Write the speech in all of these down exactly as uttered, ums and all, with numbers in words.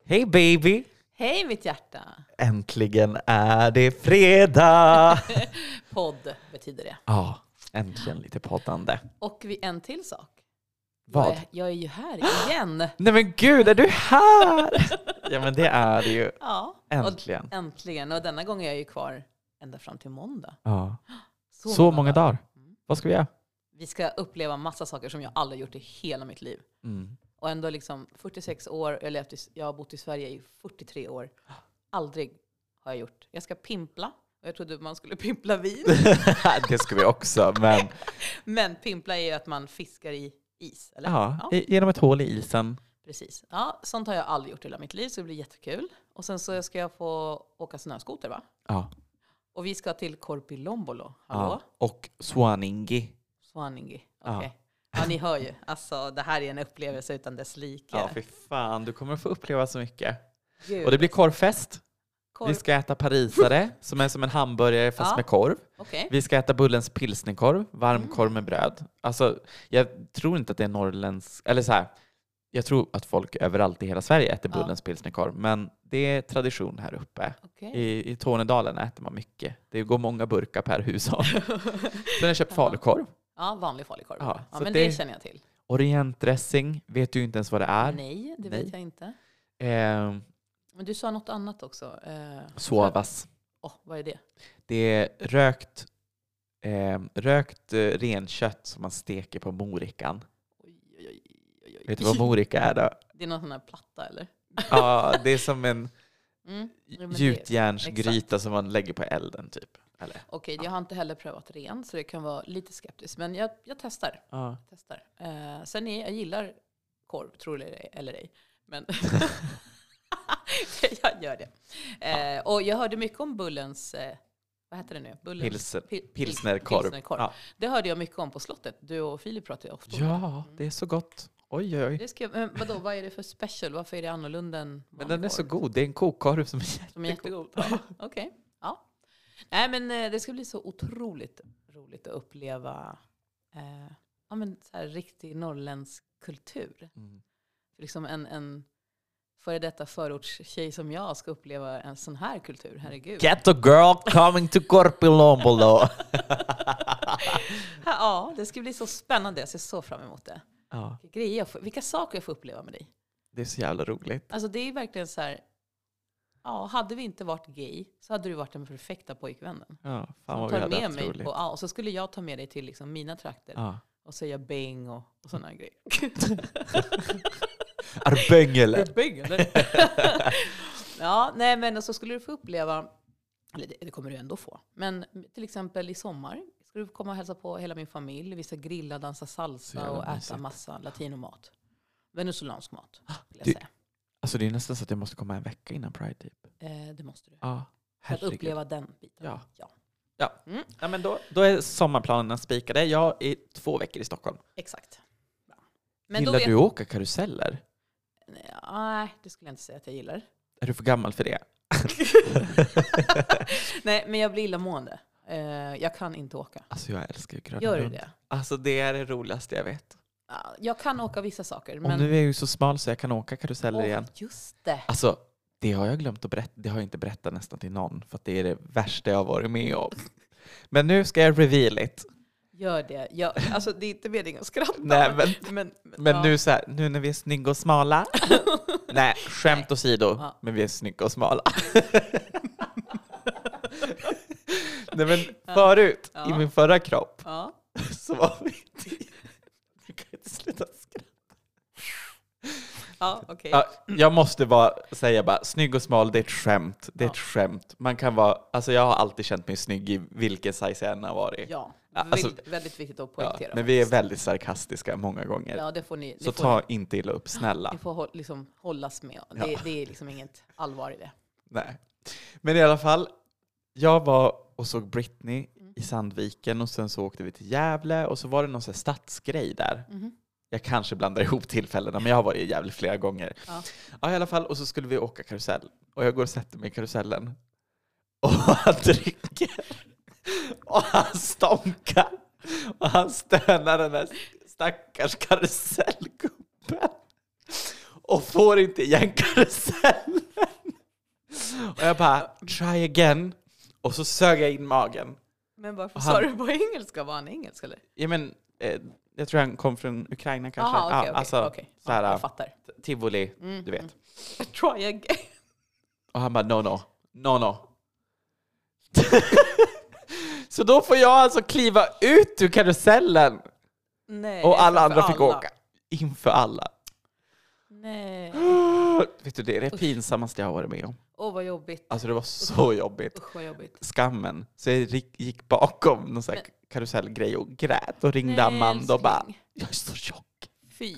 Hej baby! Hej mitt hjärta! Äntligen är det fredag! Podd betyder det. Ja, äntligen lite poddande. Och vi en till sak. Vad? Jag är, jag är ju här igen. Nej men gud, är du här? Ja men det är det ju. Ja, Äntligen. Och, äntligen. Och denna gång är jag ju kvar ända fram till måndag. Ja. Så, Så många, många dagar. dagar. Mm. Vad ska vi göra? Vi ska uppleva massa saker som jag aldrig gjort i hela mitt liv. Mm. Och ändå liksom fyrtiosex år, jag, levt i, jag har bott i Sverige i fyrtiotre år. Aldrig har jag gjort. Jag ska pimpla. Och jag trodde man skulle pimpla vin. Det ska vi också, men... Men pimpla är ju att man fiskar i is, eller? Ja, ja, genom ett hål i isen. Precis. Ja, sånt har jag aldrig gjort i hela mitt liv, så det blir jättekul. Och sen så ska jag få åka snöskoter, va? Ja. Och vi ska till Korpilombolo. Hallå? Ja. Och Swaningi. Swaningi, okej. Okay. Ja. Ja, ni hör ju. Alltså, det här är en upplevelse utan dess like. Ja, för fan. Du kommer få uppleva så mycket. Gud. Och det blir korvfest. Korv. Vi ska äta parisare, som är som en hamburgare fast ja. med korv. Okay. Vi ska äta Bullens pilsnerkorv, varmkorv med bröd. Alltså, jag tror inte att det är norrländsk... Eller så här, jag tror att folk överallt i hela Sverige äter Bullens ja. pilsnerkorv. Men det är tradition här uppe. Okay. I, I Tornedalen äter man mycket. Det går många burkar per hushåll. Sen har jag köpt falukorv. Ja, vanlig falukorv. Ja, ja, men det, det känner jag till. Orientdressing, vet du inte ens vad det är? Nej, det Nej. vet jag inte. Eh, men du sa något annat också. Eh, sovas. Åh, oh, vad är det? Det är rökt, eh, rökt eh, renkött som man steker på morikan. Oj, oj, oj, oj. Vet du vad morika är då? Det är någon sån här platta, eller? Ja, det är som en mm. gjutjärnsgryta som man lägger på elden, typ. Okej, okay, jag har inte heller prövat ren, så det kan vara lite skeptiskt. Men jag, jag testar. Ja. Jag testar. Eh, sen är, jag gillar korv, tror det eller ej. Men jag gör det. Eh, ja. Och jag hörde mycket om Bullens... Eh, vad heter det nu? Bullens, Pilsen, pil, pilsnerkorv. pilsnerkorv. Ja. Det hörde jag mycket om på slottet. Du och Filip pratade ofta om. Ja, det är så gott. Oj, oj. Det ska, men vadå, vad är det för special? Varför är det annorlunda än Men den är korv? Så god. Det är en kokkorv som är jättegod. Som är jättegod. Ja. Okej. Okay. Ja. Nej, men det ska bli så otroligt roligt att uppleva eh, ja, men så här riktig norrländsk kultur. Mm. För liksom en, en före detta förortstjej som jag ska uppleva en sån här kultur. Herregud. Get a girl coming to Korpilombolo. Ja, det ska bli så spännande. Jag ser så fram emot det. Ja. Vilka, grejer jag får, vilka saker jag får uppleva med dig. Det är så jävla roligt. Alltså det är verkligen så här... Ja, hade vi inte varit gay så hade du varit den perfekta pojkvännen. Ja, fan vad tar vi hade med mig roligt. på, ja, och så skulle jag ta med dig till liksom mina trakter. Ja. Och säga bäng och, och sådana grejer. Är du bäng eller? Är du bäng eller? Ja, nej men så skulle du få uppleva, eller det, det kommer du ändå få. Men till exempel i sommar ska du komma och hälsa på hela min familj. Vi ska grilla, dansa salsa och äta mysigt. Massa latinomat. Venezuelansk mat, vill jag du, säga. Alltså det är nästan så att jag måste komma en vecka innan Pride typ. Eh, det måste du. Ja, för att uppleva den biten. Ja. Ja. Ja. Mm. Ja, men då, då är sommarplanerna spikade. Jag är två veckor i Stockholm. Exakt. Ja. Men gillar då vet... du åka karuseller? Nej, det skulle jag inte säga att jag gillar. Är du för gammal för det? Nej, men jag blir illamående. Uh, jag kan inte åka. Alltså jag älskar ju Gröna Gör du Lund. det? Alltså det är det roligaste jag vet. Uh, jag kan åka vissa saker. Och men... nu är jag ju så smal så jag kan åka karuseller oh, igen. Just det. Alltså det har jag glömt att berätta. Det har jag inte berättat nästan till någon. För att det är det värsta jag har varit med om. Men nu ska jag reveal it. Gör det. Jag, alltså det är inte meningen att skratta. Nej, men men, men, men ja. nu, så här, nu när vi är snygga och smala. Nej, skämt åsido. Ja. Men vi är snygga och smala. Nej, men förut, ja. I min förra kropp, ja. Så var vi inte... Jag kan inte sluta skratta. Ja, okay. Ja, jag måste bara säga bara, snygg och smal, det är ett skämt. Det är ja. ett skämt. Man kan vara, alltså jag har alltid känt mig snygg i vilken size jag än har varit. Ja, alltså, väldigt, väldigt viktigt att poängtera. Ja, men vi är väldigt sarkastiska många gånger. Ja, det får ni, det så får ta ni. inte illa upp, snälla. Ni får liksom hållas med. Ja. Det, det är liksom inget allvar i det. Nej. Men i alla fall, jag var och såg Britney mm. i Sandviken och sen så åkte vi till Gävle och så var det någon sån här stadsgrej där. Mm. Jag kanske blandar ihop tillfällena, men jag har varit i Gävle flera gånger. Ja. Ja, i alla fall. Och så skulle vi åka karusell. Och jag går och sätter mig i karusellen. Och han dricker. Och han stånkar. Och han stönar den där stackars karusellgubben. och får inte igen karusellen. Och jag bara, try again. Och så sög jag in magen. Men varför han, sa du på engelska? Var han engelsk eller? Ja, men eh, jag tror han kom från Ukraina kanske. Aha, okay, ja, okay, alltså, okay. så här, ja, jag fattar. Tivoli, Mm, du vet. Mm. Try again. Och han bara, no, no. No, no. Så då får jag alltså kliva ut ur karusellen. Nej, och alla andra alla. fick åka. Inför alla. Nej. Vet du, det är det pinsammaste jag har varit med om. Åh, oh, vad jobbigt. Alltså det var så jobbigt. Usch, vad jobbigt. Skammen. Så jag gick bakom någon sån här Men... karusellgrej och grät och ringde nej, Amanda och bara, älskling. jag är så tjock. Fy.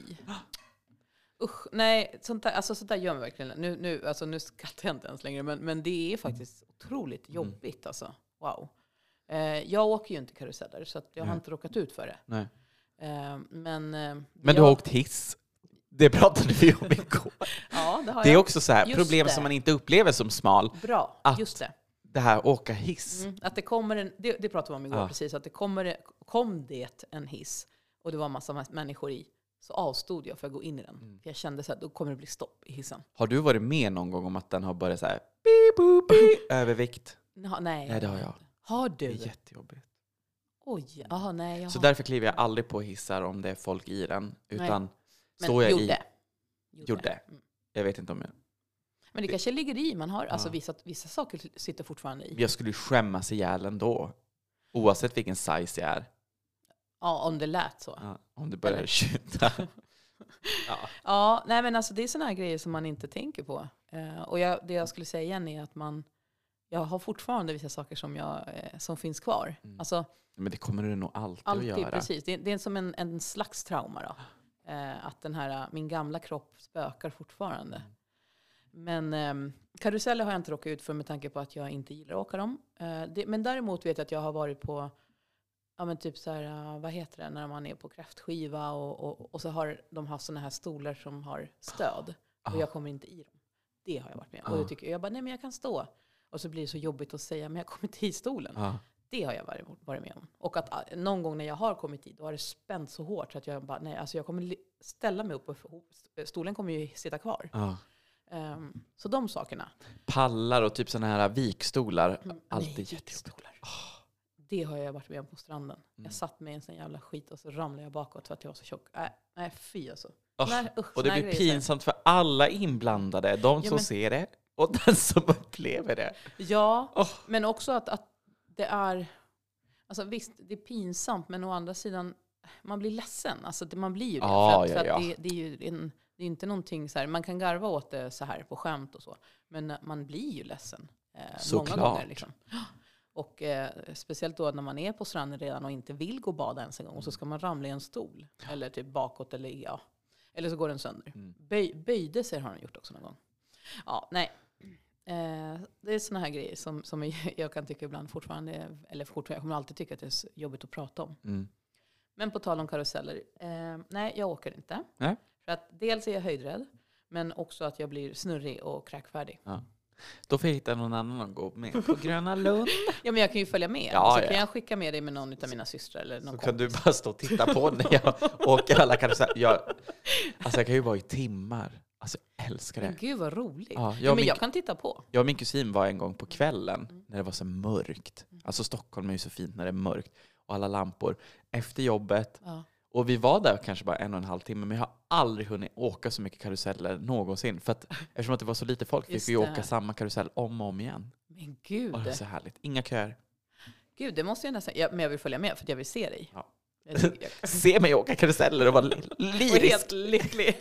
Usch, nej, sånt där, alltså sånt där gör mig verkligen. Nu, nu, alltså, nu skrattar jag inte ens längre, men, men det är faktiskt otroligt jobbigt. Alltså. Wow. Eh, jag åker ju inte karuseller, så att jag Nej. har inte råkat ut för det. Nej. Eh, men eh, Men jag, du har åkt hiss. Det pratade vi om igår. ja, det har Det är jag. också så här, Just problem det. som man inte upplever som smal. Bra, att just det. Det här åka hiss. Mm, att det kommer en, det, det pratade vi om igår Ja. precis, att det kommer, kom det en hiss och det var en massa människor i, så avstod jag för att gå in i den. Mm. För jag kände så att då kommer det bli stopp i hissen. Har du varit med någon gång om att den har börjat så här, beep, boop, beep, övervikt? Nå, nej, Nej, det har jag. Har Det är du? jättejobbigt. Oj, aha, nej. Jag Så har... därför kliver jag aldrig på hissar om det är folk i den. Utan Men står jag gjorde. i... Gjorde. Gjorde. Mm. Jag vet inte om jag... Men det kanske ligger i. Man har, alltså Ja. vissa, vissa saker sitter fortfarande i. Jag skulle ju skämmas ihjäl ändå. Oavsett vilken size jag är. Ja, om det lät så. Ja, om det börjar Eller- tjuta. Ja. Ja, nej men alltså det är såna här grejer som man inte tänker på. Eh, och jag, det jag skulle säga igen är att man, jag har fortfarande vissa saker som, jag, eh, som finns kvar. Mm. Alltså Men det kommer du nog alltid, alltid, att göra. precis. Det, det är som en, en slags trauma då. Eh, att den här, min gamla kropp spökar fortfarande. Mm. Men eh, karuseller har jag inte råkat ut för med tanke på att jag inte gillar att åka dem. Eh, det, men däremot vet jag att jag har varit på, ja men typ så här, uh, vad heter det, när man är på kräftskiva och, och, och så har de haft såna här stolar som har stöd. Ah. Och jag kommer inte i dem. Det har jag varit med om. Ah. Och jag tycker, jag bara, nej men jag kan stå. Och så blir det så jobbigt att säga, men jag kommer inte i stolen. Ja. Det har jag varit, varit med om. Och att uh, någon gång när jag har kommit i, då har det spänt så hårt så att jag bara, nej, alltså jag kommer li- ställa mig upp och stolen kommer ju sitta kvar. Ja. Um, så de sakerna. Pallar och typ såna här vikstolar. Mm, Alltid nej, jättejobbigt. vikstolar. Det har jag varit med om på stranden. Mm. Jag satt med en sån jävla skit och så ramlade jag bakåt för att jag var så tjock. Nej, nej fy alltså. Oh, Nej, usch, och det såna här blir grejer, så här. pinsamt för alla inblandade. De Ja, som men- ser det och den som upplever det. Ja, Oh. men också att, att det är... Alltså visst, det är pinsamt, men å andra sidan, man blir ledsen. Alltså det, man blir ju det. Ja, för att, ja, för att ja. det, det är ju en, det är inte någonting så här, man kan garva åt det så här på skämt och så. Men man blir ju ledsen. Eh, många Såklart. gånger liksom. Och eh, speciellt då när man är på stranden redan och inte vill gå och bada ens en gång. Och så ska man ramla i en stol. Eller typ bakåt eller ja. Eller så går den sönder. Mm. Böj, böjde sig har den gjort också någon gång. Ja, nej. Eh, det är såna här grejer som, som jag, jag kan tycka ibland fortfarande, eller fortfarande, jag kommer alltid tycka att det är så jobbigt att prata om. Mm. Men på tal om karuseller, eh, nej jag åker inte. Nej. För att dels är jag höjdrädd, men också att jag blir snurrig och kräkfärdig. Ja. Då får jag hitta någon annan att gå med på Gröna Lund. Ja, men jag kan ju följa med. Ja, så ja. kan jag skicka med dig med någon av mina systrar eller någon Så kan du kompis. bara stå och titta på när jag åker alla karuseller. Jag, alltså jag kan ju vara i timmar. Alltså jag älskar Men det. gud vad roligt. Ja, Ja, jag, och men min, jag kan titta på. jag och min kusin var en gång på kvällen Mm. när det var så mörkt. Alltså Stockholm är ju så fint när det är mörkt. Och alla lampor. Efter jobbet. Ja. Och vi var där kanske bara en och en halv timme. Men jag har aldrig hunnit åka så mycket karuseller någonsin. För att eftersom att det var så lite folk Just fick vi det. åka samma karusell om och om igen. Men gud. Och det var så härligt. Inga köer. Gud, det måste jag nästan... Ja, men jag vill följa med för att jag vill se dig. Ja. Jag tycker jag... Se mig åka karuseller och vara li- Och lyrisk. helt lycklig.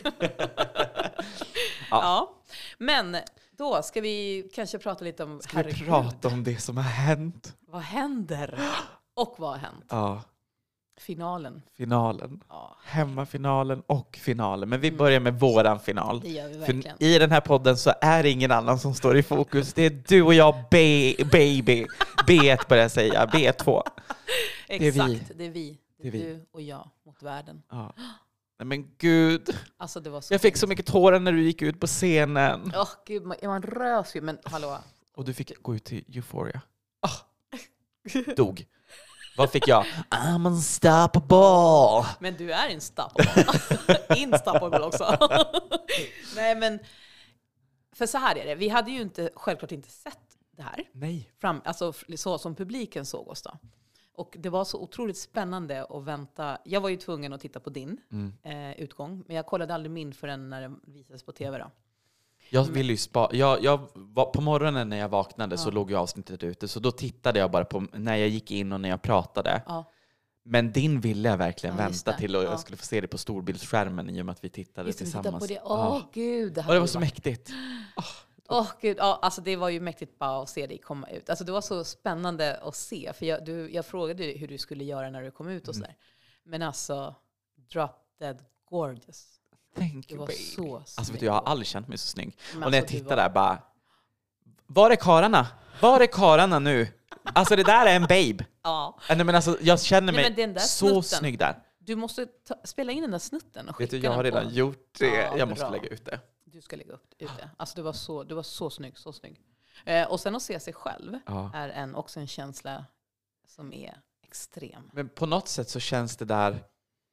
ja. Ja. Men då ska vi kanske prata lite om... Ska vi prata om det som har hänt? Vad händer? Och vad har hänt? Ja, Finalen. finalen. Ja, Hemmafinalen och finalen. Men vi Mm. börjar med våran final. det gör vi För verkligen. i den här podden så är det ingen annan som står i fokus. Det är du och jag, ba- baby. B ett börjar jag säga. B två. är vi. Exakt, det är vi. Det är Det är vi. du och jag mot världen. Ja. Nej men gud. Alltså det var så... Jag fick så mycket tårar när du gick ut på scenen. Åh gud, man, man rös ju. Men hallå. Och du fick gå ut till Euphoria. Ah. Dog. Vad fick jag? I'm unstoppable. Men du är unstoppable. Instappable också. Nej, men för så här är det. Vi hade ju inte, självklart inte sett det här. Nej. Fram, alltså så som publiken såg oss då. Och det var så otroligt spännande att vänta. Jag var ju tvungen att titta på din mm. eh, utgång. Men jag kollade aldrig min förrän när den visades på tv då. Jag ville ju spa- jag, jag var, på morgonen när jag vaknade ja. så låg ju avsnittet ute. Så då tittade jag bara på när jag gick in och när jag pratade. Ja. Men din ville jag verkligen ja, vänta till och ja. jag skulle få se det på storbildsskärmen i och med att vi tittade just tillsammans. Åh oh, gud. Det, och det var så varit... mäktigt. Åh oh. oh, gud, ja, alltså det var ju mäktigt bara att se dig komma ut. Alltså det var så spännande att se. För jag, du, jag frågade hur du skulle göra när du kom ut och sådär. Mm. Men alltså, drop dead gorgeous. Thank du you, var baby. Så alltså vet du, jag har aldrig känt mig så snygg. Men och när jag alltså, tittar var... där bara, var är kararna? Var är kararna nu? Alltså det där är en babe. Ja. Nej, men alltså, jag känner mig Nej, så snutten. snygg där. Du måste ta, spela in den där snutten och skicka vet du, jag har redan på. gjort det. Ja, jag måste bra. lägga ut det. Du ska lägga upp ut det. Alltså du var så, du var så snygg, så snygg. Eh, och sen att se sig själv ja. är en, också en känsla som är extrem. Men på något sätt så känns det där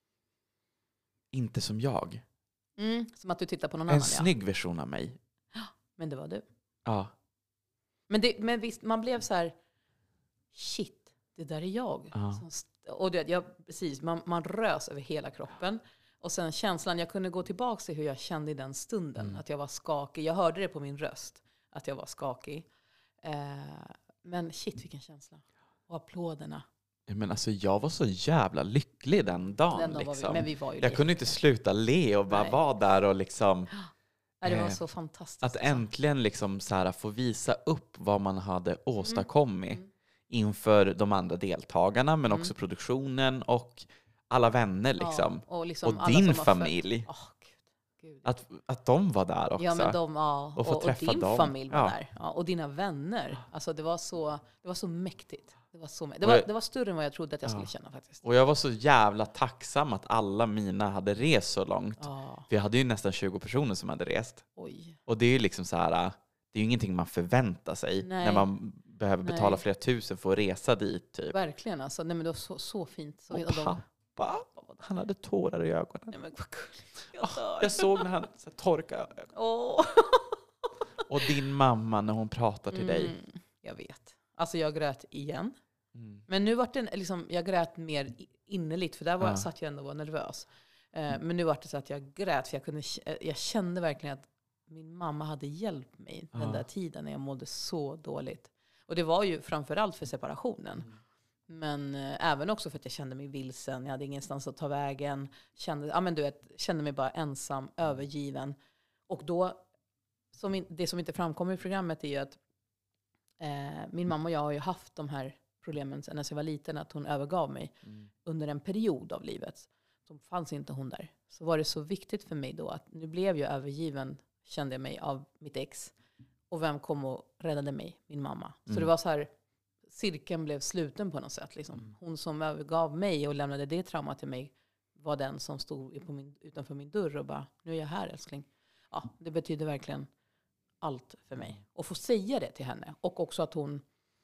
inte som jag. Mm, som att du tittar på någon en annan. En snygg ja. version av mig. Men det var du. Ja. Men, det, men visst, man blev så här, shit, det där är jag. Ja. Som, och det, jag, precis, man, man rös över hela kroppen. Och sen känslan, jag kunde gå tillbaka till hur jag kände i den stunden. Mm. Att jag var skakig. Jag hörde det på min röst. Att jag var skakig. Eh, men shit, vilken känsla. Och applåderna. Men alltså, jag var så jävla lycklig den dagen. Den dagen liksom. var vi, men vi var ju jag kunde inte sluta le och bara vara där och liksom... Ja, det var så fantastiskt. Att äntligen liksom så här få visa upp vad man hade åstadkommit mm. inför de andra deltagarna, men mm. också produktionen och alla vänner liksom. Ja, och liksom och din familj. Oh, Gud. Gud. Att, att de var där också. Ja, men de, ja. Och få och, träffa och din dem. familj var ja. där. Ja, och dina vänner. Alltså det var så, det var så mäktigt. Det var, så, det, var, jag, det var större än vad jag trodde att jag ja. skulle känna faktiskt. Och jag var så jävla tacksam att alla mina hade rest så långt. Ja. För jag hade ju nästan tjugo personer som hade rest. Oj. Och det är ju liksom så här, det är ju ingenting man förväntar sig. Nej. När man behöver betala Nej. flera tusen för att resa dit. Typ. Verkligen alltså. Nej, men det var så, så fint. Så, och pappa, de... han hade tårar i ögonen. Nej, men, jag, oh, jag såg när han så här, torkade ögonen. Oh. Och din mamma när hon pratar till mm, dig. Jag vet. Alltså jag grät igen. Mm. Men nu var det liksom, jag grät mer innerligt. För där var, ja. satt jag ändå och var nervös. Uh, men nu var det så att jag grät. För jag, kunde, jag kände verkligen att min mamma hade hjälpt mig ja. den där tiden när jag mådde så dåligt. Och det var ju framförallt för separationen. Mm. Men uh, även också för att jag kände mig vilsen. Jag hade ingenstans att ta vägen. Kände, ja, men du vet, kände mig bara ensam, övergiven. Och då, som in, det som inte framkommer i programmet är ju att eh, min mamma och jag har ju haft de här problemen sen när jag var liten. Att hon övergav mig mm. under en period av livet. Så fanns inte hon där. Så var det så viktigt för mig då att nu blev jag övergiven, kände jag mig, av mitt ex. Och vem kom och räddade mig? Min mamma. Så mm. det var så här, cirkeln blev sluten på något sätt. Liksom. Mm. Hon som övergav mig och lämnade det trauma till mig var den som stod på min, utanför min dörr och bara, nu är jag här älskling. Ja, det betyder verkligen allt för mig. Och få säga det till henne. Och också att hon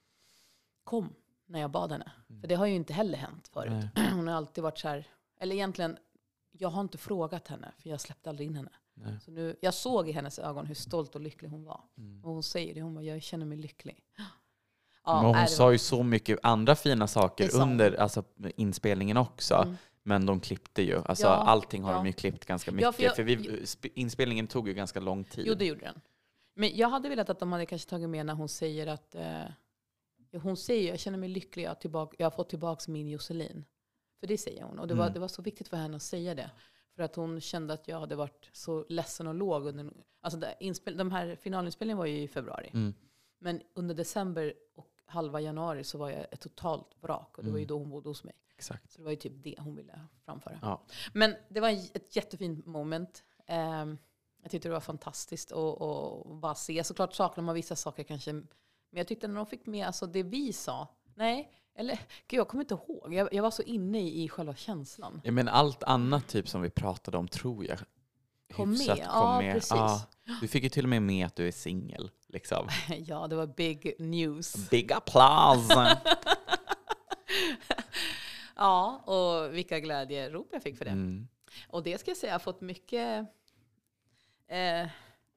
kom när jag bad henne. Mm. För det har ju inte heller hänt förut. Nej. Hon har alltid varit så här, eller egentligen, jag har inte frågat henne. För jag släppte aldrig in henne. Nej. Så nu, jag såg i hennes ögon hur stolt och lycklig hon var. Mm. Och hon säger det, hon bara, jag känner mig lycklig. Ja, men hon sa ju så mycket andra fina saker under alltså, inspelningen också. Mm. Men de klippte ju. Alltså, ja, allting har ja. de ju klippt ganska mycket. Ja, för jag, för vi, inspelningen tog ju ganska lång tid. Jo, det gjorde den. Men jag hade velat att de hade kanske tagit med när hon säger att... Eh, hon säger, jag känner mig lycklig, jag har, tillbaka, jag har fått tillbaka min Josselin. För det säger hon. Och det, mm. var, det var så viktigt för henne att säga det. För att hon kände att jag hade varit så ledsen och låg. Under, alltså det, inspel, de här finalinspelningen var ju i februari. Mm. Men under december och halva januari så var jag ett totalt vrak. Och det mm. var ju då hon bodde hos mig. Exakt. Så det var ju typ det hon ville framföra. Ja. Men det var ett jättefint moment. Um, jag tyckte det var fantastiskt att bara se. Såklart saknar man vissa saker kanske. Men jag tyckte när de fick med alltså det vi sa. Nej, eller gud, jag kommer inte ihåg. Jag, jag var så inne i, i själva känslan. Ja, men allt annat typ som vi pratade om tror jag kom med. Kom ja, med. Precis. Ja, du fick ju till och med med att du är singel. Liksom. Ja, det var big news. Big applause. Ja, och vilka glädjerop jag fick för det. Mm. Och det ska jag säga, jag har fått mycket eh,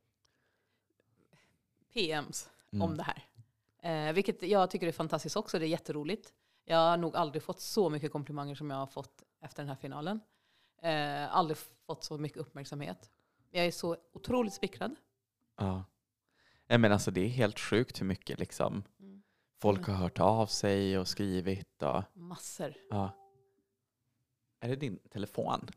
P M's mm. om det här. Eh, vilket jag tycker är fantastiskt också, det är jätteroligt. Jag har nog aldrig fått så mycket komplimanger som jag har fått efter den här finalen. Eh, aldrig fått så mycket uppmärksamhet. Jag är så otroligt smickrad. Ja. Jag menar, alltså, det är helt sjukt hur mycket liksom, mm. folk har hört av sig och skrivit. Och, massor. Ja. Är det din telefon?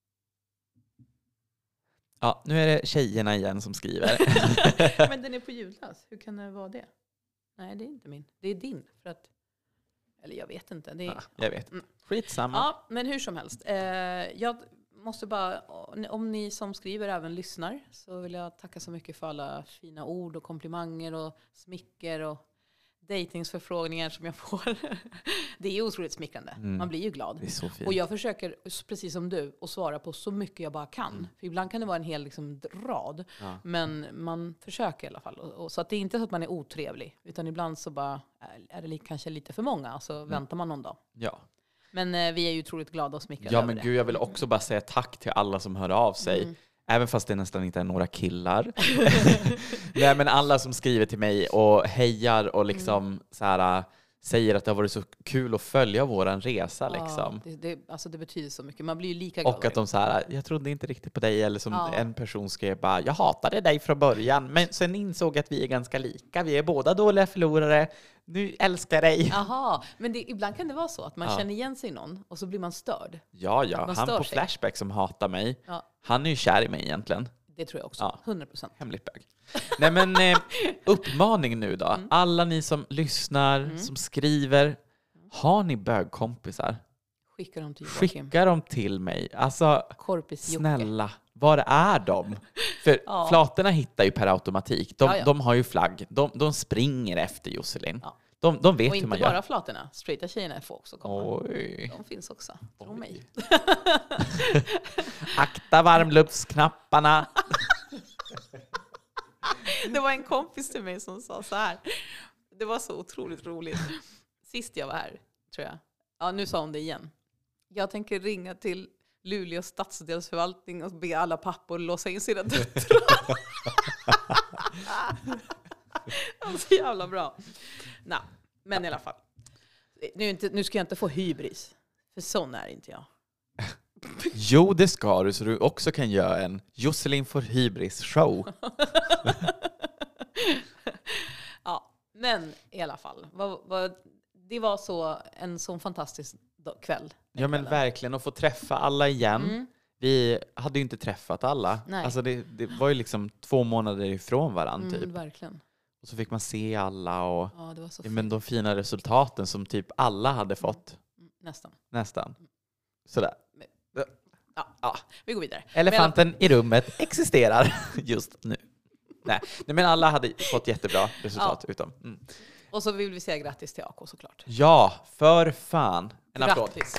Ja, nu är det tjejerna igen som skriver. Men den är på ljudlös. Hur kan det vara det? Nej, det är inte min. Det är din. För att, eller jag vet inte. Det är, ja, jag vet. Mm. Skitsamma. Ja, men hur som helst. Eh, jag måste bara, om ni som skriver även lyssnar, så vill jag tacka så mycket för alla fina ord och komplimanger och smicker och dejtingsförfrågningar som jag får. Det är otroligt smickrande. Mm. Man blir ju glad. Det är så fint. Och jag försöker, precis som du, att svara på så mycket jag bara kan. Mm. För ibland kan det vara en hel liksom, rad. Ja. Men man försöker i alla fall. Och, och, så att det är inte så att man är otrevlig. Utan ibland så bara är det li- kanske lite för många. Så mm. väntar man någon dag. Ja. Men eh, vi är ju otroligt glada och smickrade Ja, över men det. gud, jag vill också bara säga tack till alla som hör av sig. Mm. Även fast det nästan inte är några killar. Nej, men alla som skriver till mig och hejar och liksom mm. så här, säger att det har varit så kul att följa våran resa. Ja, liksom. det, det, alltså det betyder så mycket. Man blir ju lika glad. Och att de så här, jag trodde inte riktigt på dig. Eller som ja. en person skrev bara, jag hatade dig från början. Men sen insåg att vi är ganska lika. Vi är båda dåliga förlorare. Nu älskar jag dig. Jaha, men det, ibland kan det vara så att man ja. känner igen sig i någon och så blir man störd. Ja, ja. Han på sig. Flashback som hatar mig. Ja. Han är ju kär i mig egentligen. Det tror jag också. Ja. hundra procent. Hemligt bög. Nej, men eh, uppmaning nu då. Mm. Alla ni som lyssnar, mm. som skriver. Har ni bögkompisar? Skicka dem till Joakim. Skicka dem till mig. Alltså, snälla. Var är de? För ja. flatorna hittar ju per automatik. De, ja, ja. de har ju flagg. De, de springer efter Josselin. Ja. De, de vet och hur man gör. Och inte bara flatorna. Straighta tjejerna får också komma. Oj. De finns också. Tro mig. Akta varmluftsknapparna. Det var en kompis till mig som sa så här. Det var så otroligt roligt. Sist jag var här, tror jag. Ja, nu sa hon det igen. Jag tänker ringa till Luleå stadsdelsförvaltning och be alla pappor låsa in sina döttrar. Det var så jävla bra. Nej, men i alla fall. Nu, inte, nu ska jag inte få hybris. För sån är inte jag. Jo, det ska du. Så du också kan göra en Josselin får hybris-show. Ja, men i alla fall. Vad, vad, det var så en sån fantastisk kväll. Ja, men verkligen. Att få träffa alla igen. Mm. Vi hade ju inte träffat alla. Nej. Alltså det, det var ju liksom två månader ifrån varandra mm, typ. Verkligen. Och så fick man se alla och ja, det var så men de fina resultaten som typ alla hade fått. Mm, nästan. Nästan. Sådär. Ja, ja, vi går vidare. Elefanten alla... i rummet existerar just nu. Nej. Nej, men alla hade fått jättebra resultat ja. utom. Mm. Och så vill vi säga grattis till A K såklart. Ja, för fan. En applåd. Grattis.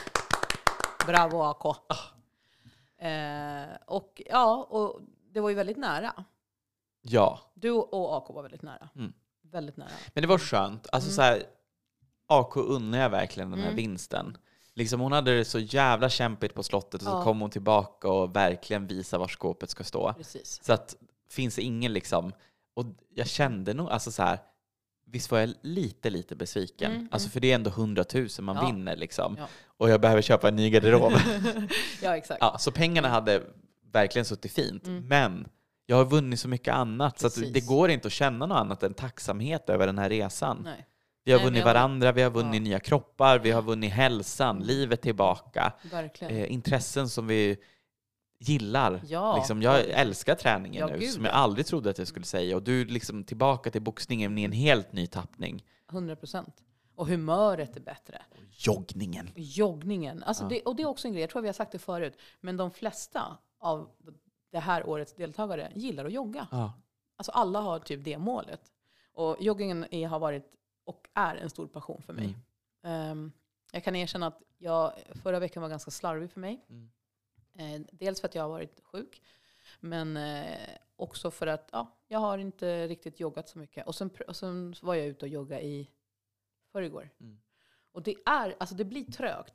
Bravo A K. Oh. Eh, och ja, och det var ju väldigt nära. Ja. Du och A K var väldigt nära. Mm. Väldigt nära. Men det var skönt. Alltså mm. så här, A K unnar jag verkligen den här mm. vinsten. Liksom hon hade det så jävla kämpigt på slottet och så ja. kom hon tillbaka och verkligen visa var skåpet ska stå. Precis. Så att finns det ingen liksom, och jag kände nog, alltså så här, visst var jag lite, lite besviken. Mm, alltså för det är ändå hundratusen man ja. vinner liksom. Ja. Och jag behöver köpa en ny garderob. Ja, exakt. Ja, så pengarna hade verkligen suttit fint. Mm. Men jag har vunnit så mycket annat. Precis. Så att det går inte att känna något annat än tacksamhet över den här resan. Nej. Vi har Nej, vunnit vi har... varandra, vi har vunnit ja. nya kroppar, vi har vunnit hälsan, mm. livet tillbaka. Verkligen. Eh, intressen som vi gillar. Ja. Liksom, jag älskar träningen ja, nu, gud, som jag aldrig trodde att jag skulle säga. Och du liksom tillbaka till boxningen i en helt ny tappning. hundra procent. Och humöret är bättre. Och joggningen. Joggningen. Alltså ja. det, och det är också en grej, jag tror vi har sagt det förut. Men de flesta av det här årets deltagare gillar att jogga. Ja. Alltså alla har typ det målet. Och joggingen är, har varit och är en stor passion för mig. Mm. Um, jag kan erkänna att jag förra veckan var ganska slarvig för mig. Mm. Eh, dels för att jag har varit sjuk. Men eh, också för att ja, jag har inte riktigt joggat så mycket. Och sen, och sen var jag ute och jogga i förrgår. Mm. Och det är, alltså det blir trögt.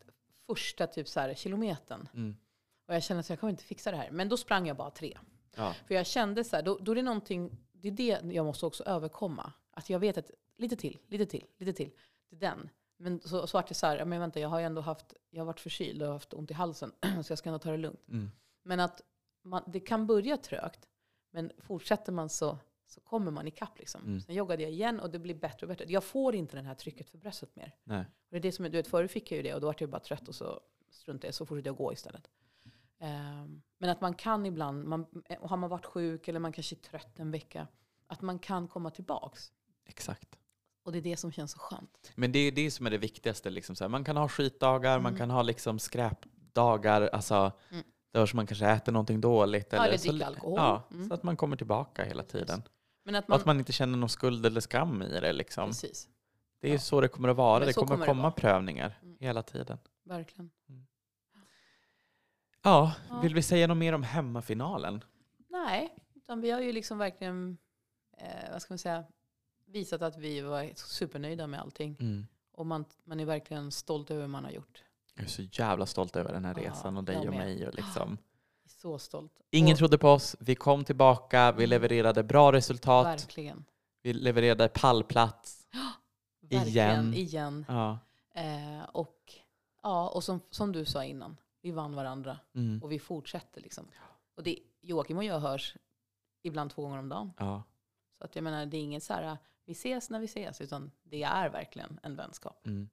första typ så här kilometern. Mm. Och jag kände att jag kommer inte fixa det här. Men då sprang jag bara tre. Ja. För jag kände så här, då, då är det någonting, det är det jag måste också överkomma. Att jag vet att lite till, lite till, lite till. Det är den. Men så, så vart det så här, men vänta, jag har ju ändå haft, jag har varit förkyld och haft ont i halsen. Så jag ska ändå ta det lugnt. Mm. Men att man, det kan börja trögt. Men fortsätter man så, så kommer man ikapp liksom. Mm. Sen joggade jag igen och det blir bättre och bättre. Jag får inte den här trycket för bröstet mer. Nej. Och det är det som, du vet, förut fick jag ju det och då var jag bara trött och så struntade jag, så fortsatte jag gå istället. Um, men att man kan ibland, man, har man varit sjuk eller man kanske är trött en vecka, att man kan komma tillbaks. Exakt. Och det är det som känns så skönt. Men det är det som är det viktigaste. Liksom, så här. Man kan ha skitdagar, mm. man kan ha liksom skräpdagar, alltså mm. där man kanske äter någonting dåligt. Ja, eller, eller så, dricka alkohol. Ja, mm. så att man kommer tillbaka hela tiden. Men att man, man, att man inte känner någon skuld eller skam i det. Liksom. Precis. Det är ja. så det kommer att vara. Men det kommer, kommer att komma det prövningar mm. hela tiden. Verkligen. Mm. Ja, ja, vill vi säga något mer om hemmafinalen? Nej, utan vi har ju liksom verkligen, eh, vad ska man säga, visat att vi var supernöjda med allting. Mm. Och man, man är verkligen stolt över vad man har gjort. Jag är så jävla stolt över den här ja, resan och dig och mig. Och liksom. Så stolt. Ingen och, trodde på oss. Vi kom tillbaka. Vi levererade bra resultat. Verkligen. Vi levererade pallplats. Verkligen, igen. igen. Ja. Eh, och ja, och som, som du sa innan, vi vann varandra. Mm. Och vi fortsätter liksom. Och det, Joakim och jag hörs ibland två gånger om dagen. Ja. Så att jag menar, det är inget så här, vi ses när vi ses, utan det är verkligen en vänskap. Mm.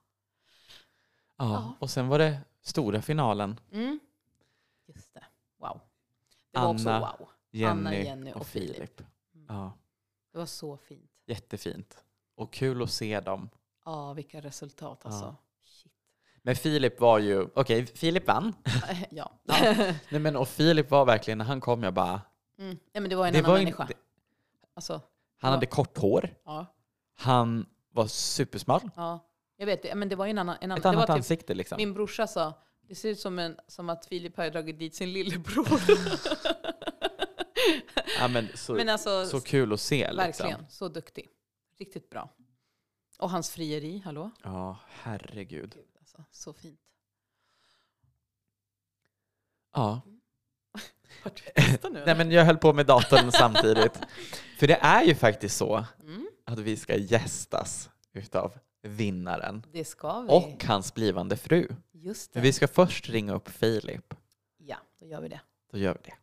Ja. Ja. Och sen var det stora finalen. Mm. Just det. Wow. Det Anna, var också wow. Jenny, Anna, Jenny och, och Filip. Filip. Mm. Ja. Det var så fint. Jättefint. Och kul att se dem. Ja, vilka resultat alltså. Ja. Shit. Men Filip var ju... Okej, okay, Filip vann. ja. ja. Nej, men, och Filip var verkligen... När han kom, jag bara... Mm. Ja, men det var en det annan var människa. Det, alltså, han var, hade kort hår. Ja. Han var supersmal. Ja, jag vet det. Men det var ju en annan... En annan Ett annat det var typ, ansikte liksom. Min brorsa sa, det ser ut som, en, som att Filip har dragit dit sin lillebror. ja, men så, men alltså, så kul att se. Verkligen, liksom. så duktig. Riktigt bra. Och hans frieri, hallå? Ja, herregud. Gud, alltså, så fint. Ja. Vart du testa nu? Nej, men jag höll på med datorn samtidigt. För det är ju faktiskt så mm. att vi ska gästas utav vinnaren. Det ska vi. Och hans blivande fru. Just det. Men vi ska först ringa upp Filip. Ja, då gör vi det. Då gör vi det.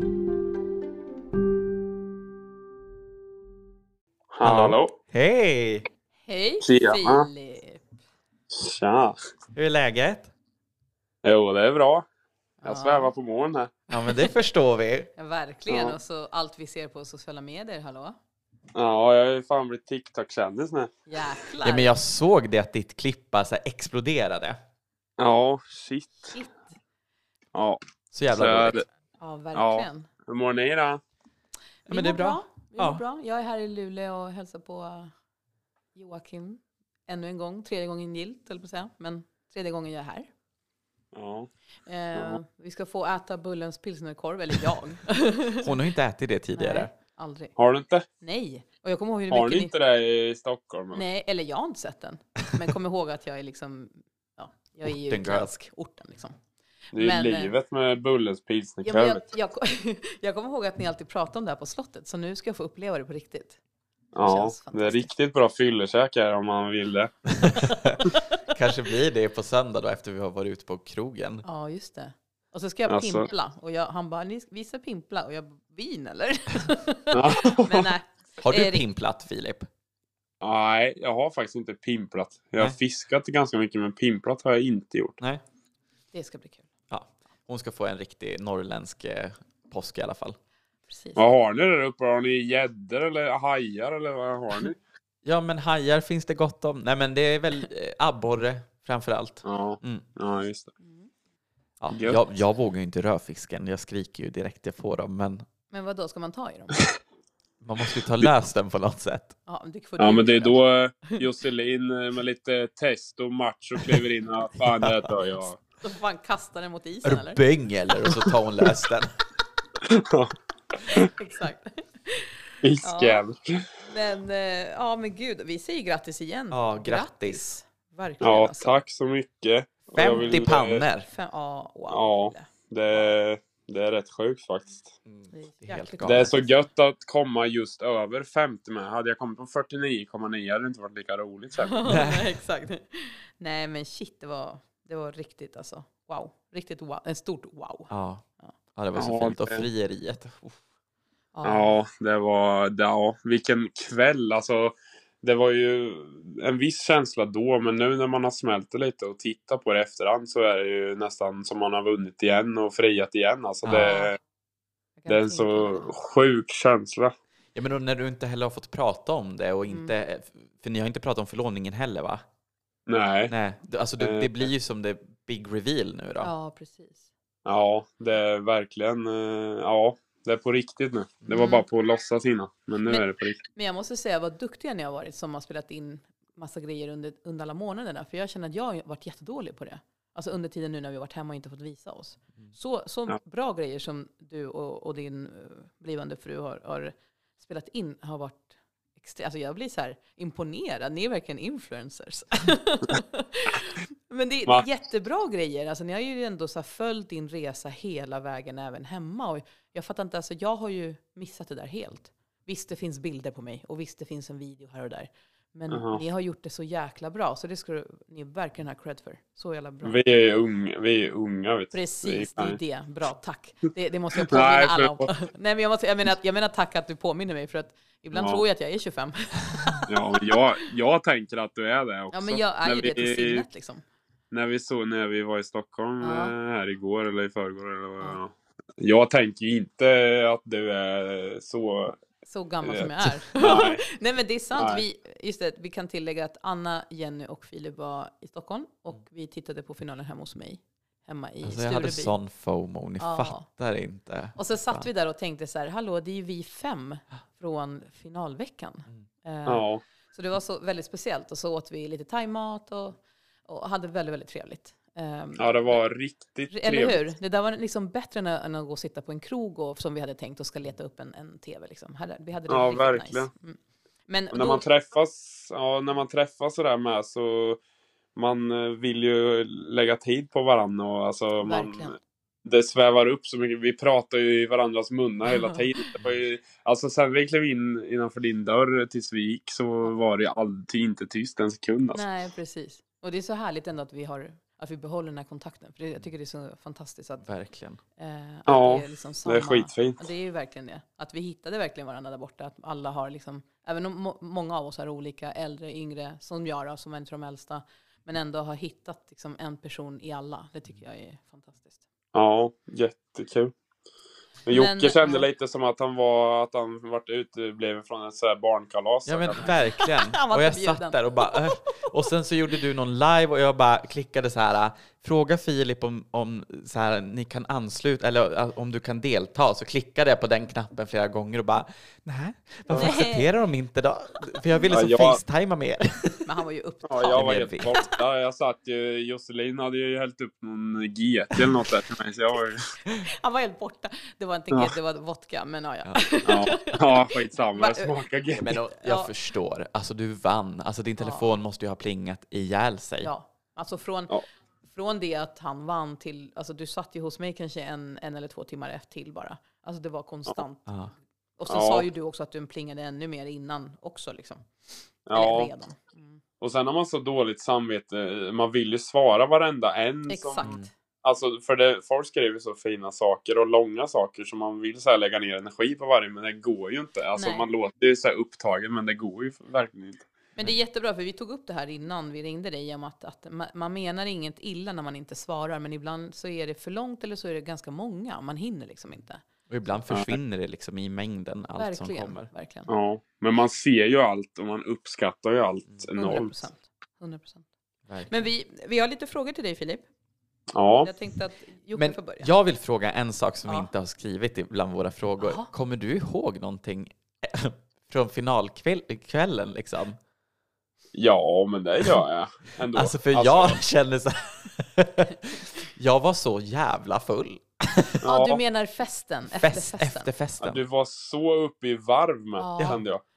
Hallå. Hej! Hej Tjena. Filip. Tja. Hur är läget? Jo, det är bra. Jag Ja. svävar på moln här. Ja, men det förstår vi. Ja, verkligen. Ja. Och så allt vi ser på sociala medier, hallå? Ja, jag har ju fan blivit TikTok-kändis nu. Jäklar. Ja, men jag såg det att ditt klipp bara så här exploderade. Ja, shit. Shit. Ja, Så jävla Så är roligt. Ja, verkligen. hur mår ni då? Ja, Vi men det är mår bra. Vi Ja. mår bra. Jag är här i Luleå och hälsar på Joakim. Ännu en gång. Tredje gången gilt, eller på att säga. Men tredje gången jag är här. Ja. Eh, Ja. Vi ska få äta Bullens pilsnerkorv, eller jag. Hon har ju inte ätit det tidigare. Nej, aldrig. Har du inte? Nej. Och jag kommer ihåg hur Har mycket ni inte det i Stockholm? Nej, eller jag har inte sett den. Men kom ihåg att jag är liksom, ja, jag är ju Orten girl. utländsk. Orten liksom. Det är Men, ju livet med Bullens Ja, men pilsnerkorv. jag, jag, jag kommer ihåg att ni alltid pratar om det här på slottet. Så nu ska jag få uppleva det på riktigt. Ja, känns det är fantastiskt. riktigt bra fyllekäk här om man vill det. Kanske blir det på söndag då efter vi har varit ute på krogen. Ja, just det. Och så ska jag Alltså. pimpla. Och jag, han bara, ni vi ska pimpla. Och jag, vin eller? Ja. Men nej. Har du Erik. pimplat, Filip? Nej, jag har faktiskt inte pimplat. Jag har Nej. fiskat ganska mycket, men pimplat har jag inte gjort. Nej. Det ska bli kul. Ja. Hon ska få en riktig norrländsk eh, påsk i alla fall. Precis. Vad har ni där uppe? Har ni gäddor eller hajar eller vad har ni? Ja, men hajar finns det gott om. Nej, men det är väl eh, abborre framför allt. Ja, Mm. ja just det. Mm. Ja, Gött. jag, jag vågar ju inte rödfisken. Jag skriker ju direkt jag får dem. Men Men vad då ska man ta i dem? man måste ju ta lös den på något sätt. Ja, det får Ja, du men det är göra. då eh, Josselin eh, med lite test och match och kliver in. Ja, fan, det tar jag. Då får man kasta den mot Är isen, du eller? bäng eller? Och så tar hon lös den. Exakt. Fiskjävel. Men, eh, ja men gud, vi säger grattis igen. Ja, grattis. Verkligen. Ja, alltså. tack så mycket. femtio vill, pannor. Fem, ja, wow. Ja, det, det är rätt sjukt faktiskt. Mm, det är helt Det är så gött att komma just över femtio med. Hade jag kommit på fyrtionio komma nio hade det inte varit lika roligt sen. Nej, exakt. Nej, men shit, det var, det var riktigt alltså. Wow. Riktigt wow. En stort wow. Ja, ja det var så Ja, fint. Och det- frieriet. Uff. Ja, det var... Ja, vilken kväll. Alltså, det var ju en viss känsla då. Men nu när man har smält det lite och tittat på det efterhand så är det ju nästan som man har vunnit igen och friat igen. Alltså, Ja. det, Jag kan det är en tänka så mig det. sjuk känsla. Ja, men då, när du inte heller har fått prata om det och inte... Mm. För ni har inte pratat om förlovningen heller, va? Nej. Nej, det- alltså det, Eh. det blir ju som det big reveal nu då. Ja, precis. Ja, det är verkligen... eh, Ja, det är på riktigt nu. Det var Mm. bara på att låtsas innan. Men nu Men- är det på riktigt. Men jag måste säga vad duktiga ni har varit som har spelat in massa grejer under, under alla månaderna. För jag känner att jag har varit jättedålig på det. Alltså under tiden nu när vi har varit hemma och inte fått visa oss. Så, så Ja. bra grejer som du och, och din eh, blivande fru har, har spelat in har varit extra, alltså jag blir så här imponerad. Ni är verkligen influencers. Men det, det Va? är jättebra grejer. Alltså ni har ju ändå så här följt din resa hela vägen även hemma. Och jag fattar inte, alltså jag har ju missat det där helt. Visst det finns bilder på mig och visst det finns en video här och där. Men Jaha. ni har gjort det så jäkla bra. Så det ska du- ni verkligen ha cred för. Så jävla bra. Vi är unga, vi är unga vet du. Precis, det Vi är kan- det. Bra, tack. Det, det måste jag påminna Nej, alla om. förlåt. Nej, men jag, måste, jag, menar, jag menar tack att du påminner mig. För att ibland Ja. tror jag att jag är tjugofem. Ja, men jag, jag tänker att du är det också. Ja, men jag är När ju det till vi- sinnet liksom. När vi såg när vi var i Stockholm Ja. eh, här igår eller i förrgår eller vad. Ja. Jag tänker ju inte att du är så... Så gammal Jag som jag vet. är. Nej. Nej, men det är sant. Nej. Vi, just det, vi kan tillägga att Anna, Jenny och Filip var i Stockholm. Och vi tittade på finalen hemma hos mig. Hemma i Alltså jag hade Stureby. sån FOMO, ni Ja. fattar inte. Och så satt vi där och tänkte så här, hallå, det är ju vi fem från finalveckan. Eh, Ja. Så det var så väldigt speciellt. Och så åt vi lite thaimat och, och hade väldigt, väldigt trevligt. Ehm, ja, det var riktigt Eller trevligt. hur? Det där var liksom bättre än att, än att gå och sitta på en krog och, som vi hade tänkt och ska leta upp en, en tv. Liksom. Hade- Vi hade det Ja, riktigt verkligen. nice. Mm. Men Och när då, man träffas, ja, när man träffas sådär med så man eh, vill ju lägga tid på varandra och alltså man, Verkligen. det svävar upp så mycket. Vi pratar ju i varandras munnar hela tiden. Det var ju, alltså sen vi klev in innanför din dörr tills vi gick så var det alltid inte tyst en sekund. Alltså. Nej, precis. Och det är så härligt ändå att vi, har, att vi behåller den här kontakten. För det, jag tycker det är så fantastiskt att, Verkligen. eh, att Ja, det är liksom samma. Det är skitfint. Ja, det är ju verkligen det. Att vi hittade verkligen varandra där borta. Att alla har liksom, även om må, många av oss har olika, äldre, yngre, som jag då, som är en av de äldsta. Men ändå har hittat liksom en person i alla. Det tycker jag är fantastiskt. Ja, jättekul. Men Men, Jocke kände ja. lite som att han var att han vart utbliven från ett så här barnkalas. Ja men verkligen. Han var Och jag inte bjuden. satt där och bara... Äh. Och sen så gjorde du någon live och jag bara klickade så här. Fråga Filip om, om så här, ni kan ansluta eller äh, om du kan delta. Så klickade jag på den knappen flera gånger och bara nej, varför Nej. accepterar de inte då? För jag ville Ja, så jag- facetimea med er. Men han var ju upptagen. Ja, jag var jag helt vet. borta. Jag satt ju, Josselin hade ju hällt upp någon G T eller något där till mig. Så jag var ju, Han var helt borta. Det var inte Ja. G, det var vodka. Men ja, ja. ja, ja skitsamma. Det smakar G T. Men och, jag Ja. förstår. Alltså du vann. Alltså din telefon måste ju ha plingat ihjäl sig. Ja, alltså från, Ja. från det att han vann till, alltså du satt ju hos mig kanske en, en eller två timmar efter till bara. Alltså det var konstant. Ja. Och så Ja. sa ju du också att du plingade ännu mer innan också liksom. Ja, Eller redan. Mm. och sen har man så dåligt samvete. Man vill ju svara varenda en. Exakt. Som, alltså, för det, folk skriver så fina saker och långa saker som man vill så här lägga ner energi på varje, men det går ju inte. Alltså Nej. man låter ju så här upptagen, men det går ju verkligen inte. Men det är jättebra, för vi tog upp det här innan vi ringde dig om att, att ma- man menar inget illa när man inte svarar, men ibland så är det för långt eller så är det ganska många. Man hinner liksom inte. Och ibland försvinner det liksom i mängden allt som Verkligen, kommer. verkligen. Ja, men man ser ju allt och man uppskattar ju allt hundra enormt. procent. hundra procent. Verkligen. Men vi, vi har lite frågor till dig, Filip. Ja, Jag tänkte att Jocke Men får börja. jag vill fråga en sak som vi Ja. inte har skrivit i bland våra frågor. Jaha. Kommer du ihåg någonting från finalkvällen liksom? ja, men det gör jag ändå. Alltså för jag känner så här, jag var så jävla full. Ja, du menar festen, Fest, efterfesten. efter festen. Ja, du var så uppe i varv med, Ja. kände jag.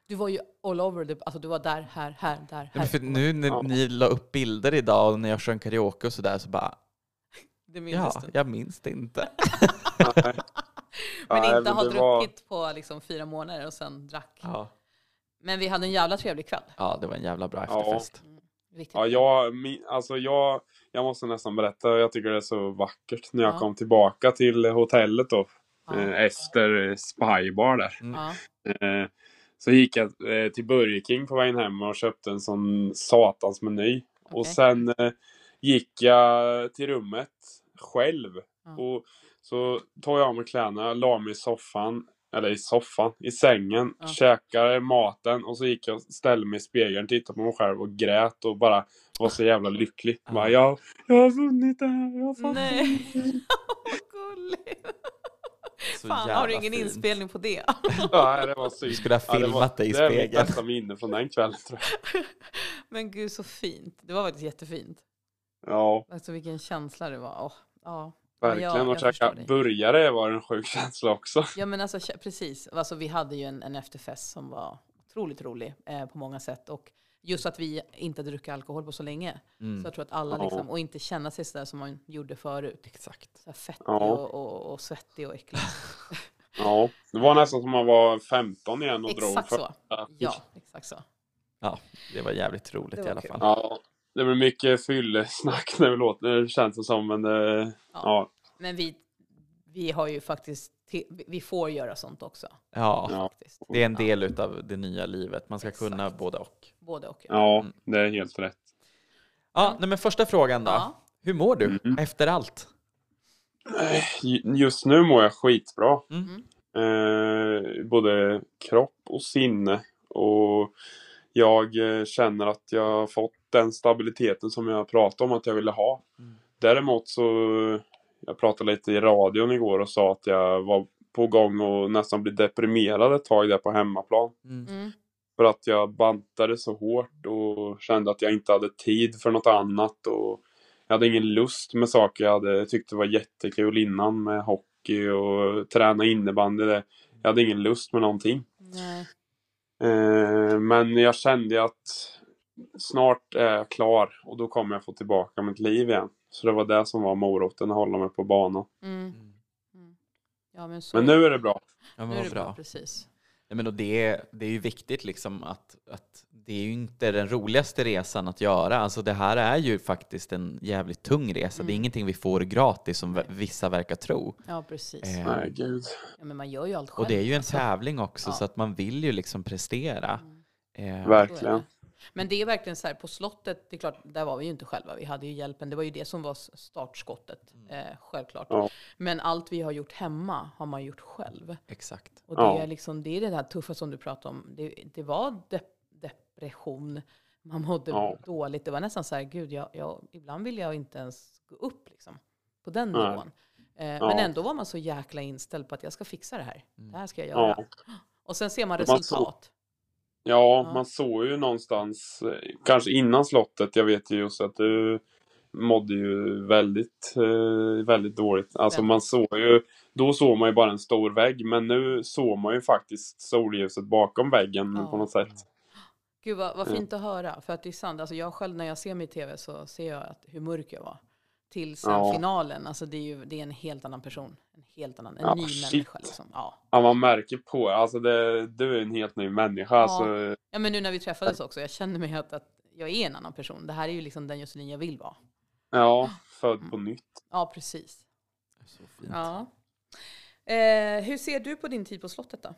Du var ju all over, the, alltså du var där, här, här, där, här. Men för nu när Ja. ni la upp bilder idag och när jag sjöng karaoke och sådär så bara, Det minns ja, du. jag minns det inte. Nej. Men Nej, inte ha det var- druckit på liksom fyra månader och sen drack. Ja. Men vi hade en jävla trevlig kväll. ja, det var en jävla bra Ja. efterfest. Riktigt Ja, bra. jag, mi- alltså jag, jag måste nästan berätta, jag tycker det är så vackert när jag Ja. kom tillbaka till hotellet då, Ja. eh, efter Spybar där. Mm. Ja. Eh, så gick jag eh, till Burger King på vägen hem och köpte en sån satans meny. Och Okej. sen eh, gick jag till rummet själv. Ja. Och så tog jag av mig kläderna, la mig i soffan, eller i soffan, i sängen, Ja. käkade maten och så gick jag och ställde mig i spegeln, tittade på mig själv och grät och bara var så jävla lycklig. Ja. Bara, jag, jag har vunnit det här, jag har fått Nej. Vad gulligt. Så Fan, jävla har du ingen fint. inspelning på det? Nej, det var synd. Du skulle ha Ja, det var- filmat dig i Det är mitt spegeln. bästa minne från den kvällen, tror jag. Men gud, så fint. Det var faktiskt jättefint. Ja, Alltså vilken känsla det var. Åh, ja. verkligen. Ja, jag- och jag käka förstår dig. burgare var en sjuk känsla också. Ja, men alltså kä- precis. Alltså, vi hade ju en, en efterfest som var otroligt rolig eh, på många sätt. Och just att vi inte druckit alkohol på så länge. Mm. Så jag tror att alla Ja. liksom, och inte känna sig sådär som man gjorde förut. Exakt. Så här fettig Ja. och, och, och svettig och äcklig. Ja, det var nästan som man var femton igen och drog. Exakt för- så. Ja, exakt så. Ja, det var jävligt roligt Det var i alla kul. fall. Ja, det blir mycket fyllesnack när vi låter, det känns det som, men det, Ja. ja. Men vi, vi har ju faktiskt, te- vi får göra sånt också. Ja, Ja. Faktiskt. det är en del utav det nya livet. Man ska Exakt. kunna både och. Både och. Ja, det är helt rätt. Ja, nej, men första frågan då. Ja. Hur mår du Mm. efter allt? Eh, Just nu mår jag skitbra. Mm. Eh, både kropp och sinne. Och jag eh, känner att jag har fått den stabiliteten som jag pratade om att jag ville ha. Mm. Däremot så, jag pratade lite i radion igår och sa att jag var på gång och nästan bli deprimerad ett tag där på hemmaplan. Mm. Mm. För att jag bantade så hårt och kände att jag inte hade tid för något annat. Och jag hade ingen lust med saker jag hade tyckt det var jättekul innan med hockey och träna innebandy. Det. Jag hade ingen lust med någonting. Nej. Eh, men jag kände att snart är jag klar och då kommer jag få tillbaka mitt liv igen. Så det var det som var moroten, att hålla mig på banan. Mm. Mm. Mm. Ja, men så. Men nu är det bra. Ja, nu men är vad det bra. bra. Precis. Nej, men och det, det är ju viktigt liksom att, att det är ju inte den roligaste resan att göra. Alltså det här är ju faktiskt en jävligt tung resa. Mm. Det är ingenting vi får gratis som Nej. vissa verkar tro. Ja, precis. Eh, Nej, gud. Ja, men man gör ju allt själv. Och det är ju en alltså. tävling också, Ja. så att man vill ju liksom prestera. Mm. Eh, Så är Verkligen. det. Men det är verkligen så här, på slottet, det är klart, där var vi ju inte själva. Vi hade ju hjälpen. Det var ju det som var startskottet, eh, självklart. Ja. Men allt vi har gjort hemma har man gjort själv. Exakt. Och det, Ja. är liksom, det är det här tuffa som du pratade om. Det, det var de- depression. Man mådde Ja. dåligt. Det var nästan så här, gud, jag, jag, ibland vill jag inte ens gå upp liksom, på den Nej. nivån. Eh, Ja. Men ändå var man så jäkla inställd på att jag ska fixa det här. Mm. Det här ska jag göra. Ja. Och sen ser man Man så- resultat. Ja, Ja. man såg ju någonstans, eh, kanske innan slottet, jag vet ju just att du mådde ju väldigt, eh, väldigt dåligt. Alltså Väldigt. man såg ju, då såg man ju bara en stor vägg, men nu såg man ju faktiskt solljuset bakom väggen Ja. på något sätt. Gud vad, vad Ja. fint att höra. För att det är sant. Alltså jag själv när jag ser mig i tv så ser jag att, hur mörk jag var. Till sen Ja. finalen. Alltså det är ju det är en helt annan person. En helt annan, en Ja, ny shit. människa liksom. Ja. Ja, man märker på, alltså det, du är en helt ny människa. Ja. Alltså, Ja, men nu när vi träffades också, jag kände mig att, att jag är en annan person. Det här är ju liksom den Josselin jag vill vara. ja, född på nytt. Ja, precis. Så fint. Ja. Eh, hur ser du på din tid på slottet då?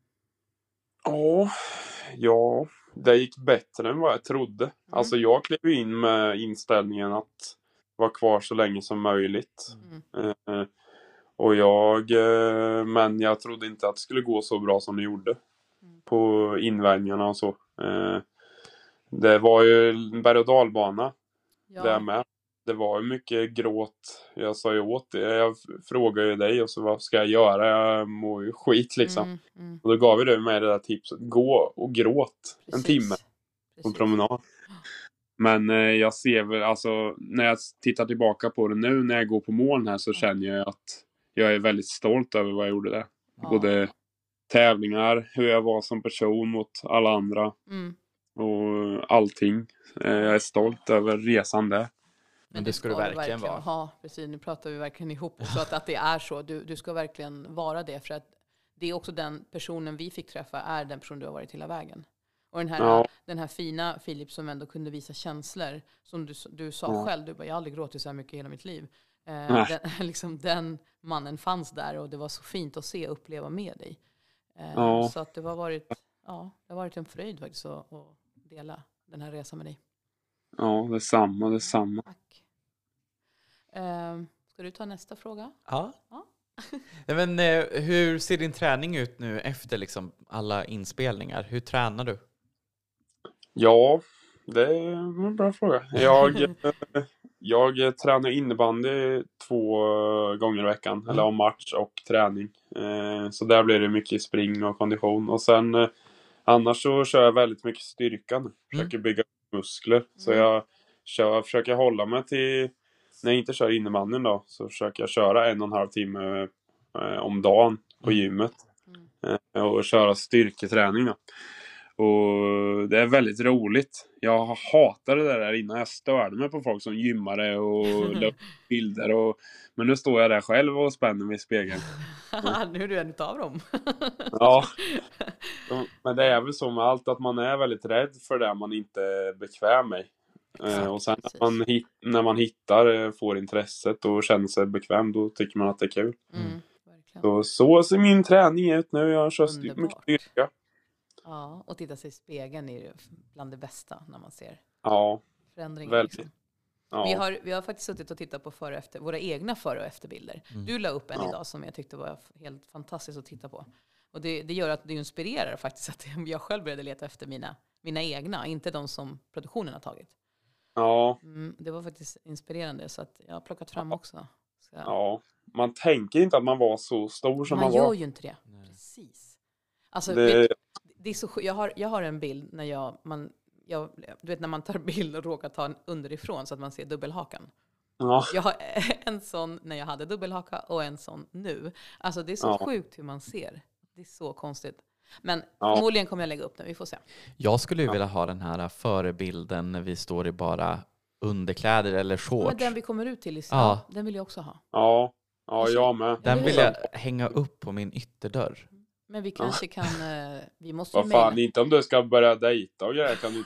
Ja, ja, det gick bättre än vad jag trodde. Alltså jag klev in med inställningen att vara kvar så länge som möjligt. Mm. Eh, och jag, eh, men jag trodde inte att det skulle gå så bra som det gjorde Mm. på invägningarna och så. Eh, det var ju en berg- och dalbana Ja. där med. Det var ju mycket gråt. Jag sa ju åt det. Jag frågade ju dig och så vad ska jag göra? Jag mår ju skit liksom. Mm, mm. Och då gav vi dig med det där tipset. Gå och gråt en Precis. timme på en Precis. promenad. Men eh, jag ser väl, alltså när jag tittar tillbaka på det nu när jag går på mål här så känner jag att jag är väldigt stolt över vad jag gjorde där. Ja. Både tävlingar, hur jag var som person mot alla andra. Mm. Och allting. Eh, jag är stolt över resan där. Men det ska du verkligen, verkligen vara. Ja, precis. Nu pratar vi verkligen ihop så att, att det är så. Du, du ska verkligen vara det. För att det är också den personen vi fick träffa är den person du har varit hela vägen. Och den här, Ja. den här fina Filip som ändå kunde visa känslor. Som du, du sa Ja. själv, du bara, jag har aldrig gråtit så här mycket i hela mitt liv. Eh, Nej. den, liksom, den mannen fanns där och det var så fint att se och uppleva med dig. Eh, Ja. Så att det har varit, ja, det har varit en fröjd faktiskt att, att dela den här resan med dig. Ja, detsamma, detsamma. Tack. Eh, ska du ta nästa fråga? Ja. Ja. Nej, men eh, hur ser din träning ut nu efter liksom alla inspelningar? Hur tränar du? Ja, det är en bra fråga. Jag, jag tränar innebandy två gånger i veckan. Mm. Eller om match och träning. Eh, Så där blir det mycket spring och kondition. Och sen eh, annars så kör jag väldigt mycket styrka nu. Försöker bygga upp muskler. Så Mm. jag kör, försöker hålla mig till... När jag inte kör innebandyn då, så försöker jag köra en och en halv timme eh, om dagen på Mm. gymmet. Mm. Eh, och köra styrketräning då. Och det är väldigt roligt. Jag hatade det där innan. Jag störde mig på folk som gymmade och la upp bilder. Och... Men nu står jag där själv och spänner mig i spegeln. Nu är du en utav dem. Ja. Men det är väl så med allt att man är väldigt rädd för det man inte är bekväm med. Exakt, och sen precis. när man, hit, när man hittar, får intresset och känner sig bekväm, då tycker man att det är kul. Mm, verkligen. Så, så ser min träning ut nu. Jag kör styr- Underbart. mycket styrka. Ja, och titta sig i spegeln är ju bland det bästa när man ser Ja, förändringar. väldigt. Liksom. Ja. Vi, har, vi har faktiskt suttit och tittat på före och efter, våra egna före och efterbilder. Mm. Du la upp en Ja. idag som jag tyckte var helt fantastiskt att titta på. Och det, det gör att det inspirerar faktiskt att jag själv började leta efter mina, mina egna, inte de som produktionen har tagit. Ja, Mm, det var faktiskt inspirerande så att jag har plockat fram också. Så, ja. Man tänker inte att man var så stor som man, man gör var. ju inte det. Nej. Precis. Alltså, Det- vet, det är så, sj- jag, har, jag har en bild när jag, man, jag, du vet när man tar bild och råkar ta en underifrån så att man ser dubbelhakan. Ja, Jag har en sån när jag hade dubbelhaka och en sån nu. Alltså det är så Ja. sjukt hur man ser. Det är så konstigt. Men Ja. förmodligen kommer jag lägga upp den, vi får se. Jag skulle ju Ja. vilja ha den här förebilden när vi står i bara underkläder eller shorts. Men den vi kommer ut till i Ja. den vill jag också ha. ja, ja, jag med. Den vill Ja. jag hänga upp på min ytterdörr. Men vi kanske kan, eh, vi måste ju Vad fan, mejla. inte om du ska börja dejta och grejer kan du inte.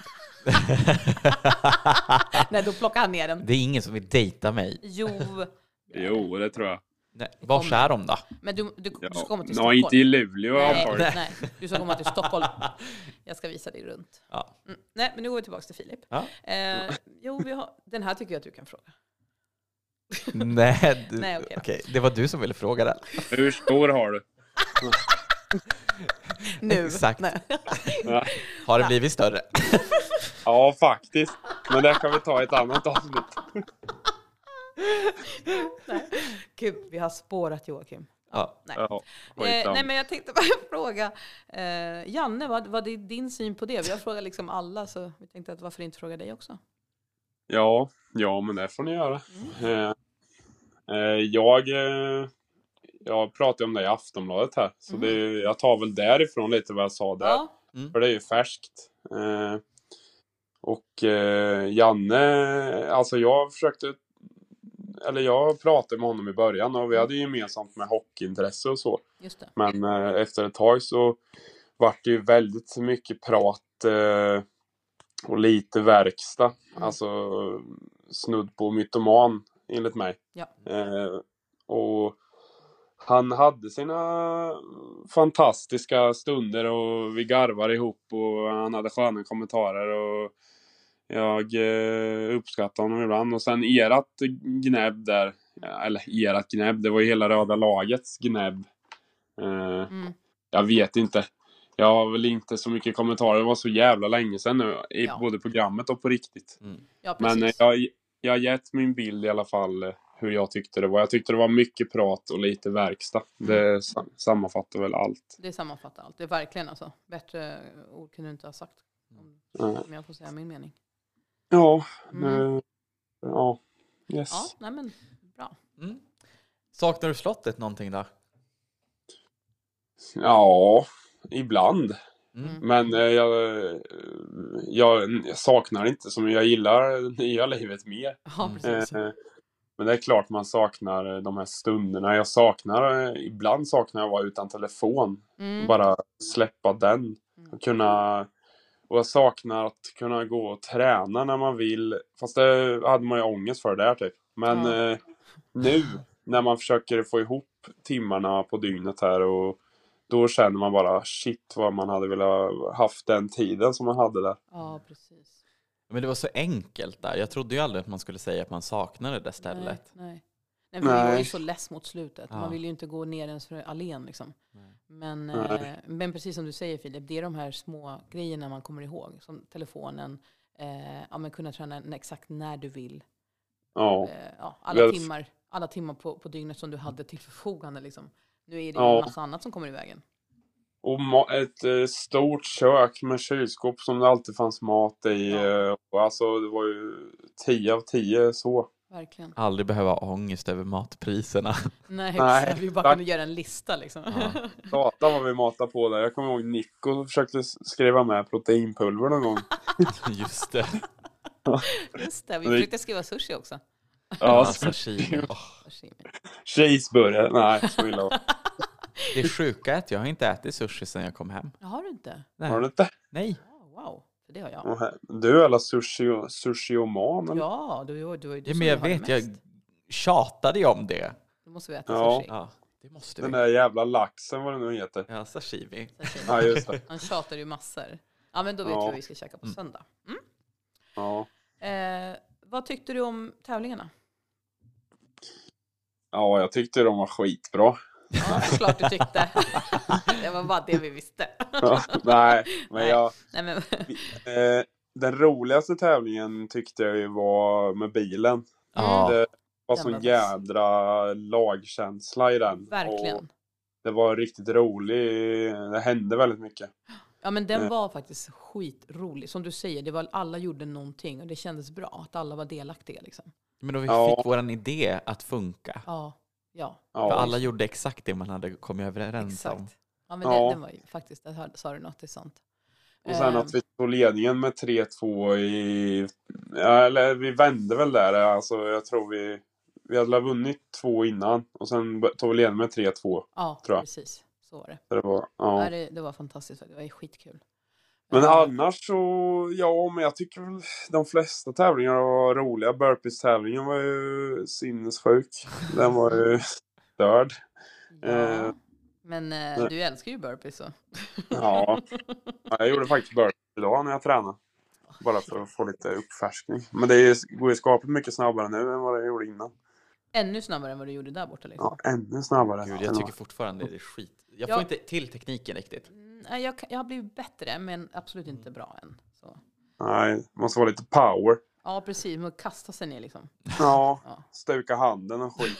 Nej, då plockar han ner den. Det är ingen som vill dejta mig. Jo. Jo, det tror jag. Nej. Vars är de då? Men du, du, du ska komma till Ja, Stockholm. inte i Luleå i alla Nej, fall. nej, du ska komma till Stockholm. Jag ska visa dig runt. Ja. Mm. Nej, men nu går vi tillbaka till Filip. Ja. Eh, jo, vi har, den här tycker jag att du kan fråga. Nej, du, Nej, okej då. okej. Det var du som ville fråga den. Hur stor har du? Nu. Exakt. Nej. Ja. Har det blivit större? Ja, faktiskt. Men det kan vi ta i ett annat avsnitt. Nej. Gud, vi har spårat Joakim. Ja. Nej. Ja, Eh, skitsamma. nej, men jag tänkte bara fråga. Eh, Janne, vad, vad är din syn på det? Vi har frågat liksom alla, så vi tänkte att varför inte fråga dig också? Ja, ja, men det får ni göra. Eh, eh, jag, eh, jag pratade om det i Aftonbladet här. Så det, jag tar väl därifrån lite vad jag sa där. Ja. Mm. För det är ju färskt. Eh, och eh, Janne, alltså jag försökte, eller jag pratade med honom i början och vi hade ju gemensamt med hockeyintresse och så. Just det. Men eh, efter ett tag så var det ju väldigt mycket prat eh, och lite verkstad. Mm. Alltså snudd på mytoman enligt mig. Ja. Eh, och han hade sina fantastiska stunder och vi garvar ihop och han hade sköna kommentarer och jag eh, uppskattar honom ibland. Och sen erat gnäbb där, eller erat gnäbb, det var ju hela röda lagets gnäbb. Eh, Mm. jag vet inte. Jag har väl inte så mycket kommentarer, det var så jävla länge sedan nu, i Ja. både programmet och på riktigt. Mm. Ja, Men precis. eh, jag, jag har gett min bild i alla fall eh, hur jag tyckte det var. Jag tyckte det var mycket prat och lite verkstad. Det sam- sammanfattar väl allt. Det sammanfattar allt. Det är verkligen alltså. Bättre ord kunde du inte ha sagt. Om, Mm. om jag får säga min mening. Ja, Mm. eh, ja, yes. Ja, nej men bra. Mm. Saknar du slottet någonting då? Ja, ibland. Mm. Men eh, jag, jag, jag saknar inte, som jag gillar det nya livet mer. Ja, precis. Eh, men det är klart man saknar de här stunderna. Jag saknar, ibland saknar jag att vara utan telefon. Mm. Bara släppa den. Och kunna, och jag saknar att kunna gå och träna när man vill. Fast det hade man ju ångest för där typ. Men Ja. eh, nu när man försöker få ihop timmarna på dygnet här, och då känner man bara shit vad man hade velat haft den tiden som man hade där. Ja, precis. Men det var så enkelt där. Jag trodde ju aldrig att man skulle säga att man saknade det stället. Nej, nej. nej för det var ju Nej. så less mot slutet. Ja. Man vill ju inte gå ner ens för allén liksom. Nej. Men, Nej. eh, men precis som du säger Filip, det är de här små grejerna man kommer ihåg. Som telefonen, eh, ja, men kunna träna n- exakt när du vill. Ja. Eh, ja, alla Väl- timmar, alla timmar på, på dygnet som du hade till förfogande liksom. Nu är det ju Ja. en massa annat som kommer i vägen. Och ma- ett eh, stort kök med kylskåp som det alltid fanns mat i. Ja. Eh, och alltså det var ju tio av tio så. Verkligen. Aldrig behöva ha ångest över matpriserna. Nej, Nej, exakt. Vi bara tack. kunde göra en lista liksom. Ja. Data vad vi matade på där. Jag kommer ihåg Nico försökte s- skriva med proteinpulver någon gång. Just det. Just det, vi försökte skriva sushi också. Ja, så- sashimi. Åh, Sashimi. Cheeseburgare. Nej, så illa. det är sjuka är att jag har inte ätit sushi sedan jag kom hem. Har du inte? Nej. Har du inte? Nej. Oh, wow, för det har jag. Och här- Du är alla sushi och, sushi och man eller? Ja, du, du, du, du Ja, men jag har det vet, jag mest. tjatade ju om det. Då måste vi äta Ja. sushi. Ja, det måste Den vi. där jävla laxen, vad det nu heter. Ja, sashimi. Sashimi. Ja, just det. Han tjatar ju massor. Ja, men då vet Ja. vi vad vi ska käka på Mm. söndag. Ja. Eh, vad tyckte du om tävlingarna? Ja, jag tyckte de var skitbra. Ja, klart du tyckte. Det var bara det vi visste. Ja, nej, men Nej. jag... Nej, men, Eh, den roligaste tävlingen tyckte jag ju var med bilen. Ja. Det var Den sån var jädra lagkänsla i den. Och verkligen. det var riktigt roligt. Det hände väldigt mycket. Ja, men den Eh. var faktiskt skitrolig. Som du säger, det var, alla gjorde någonting och det kändes bra att alla var delaktiga. Liksom. Men då vi Ja. fick våran idé att funka. Ja, ja, Ja, För alla gjorde exakt det man hade kommit överens om. exakt. Ja, men Ja. Det, den var ju faktiskt, där hör- sa du något, det är sant. Och sen Eh, att vi tog ledningen med tre två i... Ja, eller vi vände väl där. Alltså jag tror vi... Vi hade vunnit två innan. Och sen tog vi ledningen med tre två. Ja, tror jag. precis. Så var det. Så det var... Ja. Ja, det, det var fantastiskt. Det var skitkul. Men Eh, annars så, ja, men jag tycker väl de flesta tävlingar var roliga. Burpees-tävlingen var ju sinnessjuk. Den var ju störd. ja. eh, Men eh, nej. du älskar ju burpees så. Ja. Ja, jag gjorde faktiskt burpees idag när jag tränade. Bara för att få lite uppfärskning. Men det är- går ju skapligt mycket snabbare nu än vad det gjorde innan. Ännu snabbare än vad du gjorde där borta. Liksom. Ja, ännu snabbare. Gud, jag tycker fortfarande det är skit. Jag Ja. får inte till tekniken riktigt. Mm, nej, jag, kan- jag har blivit bättre, men absolut inte bra än. Så. Nej, det måste vara lite power. Ja, precis. Man kasta sig ner liksom. Ja, Ja. stuka handen och skit.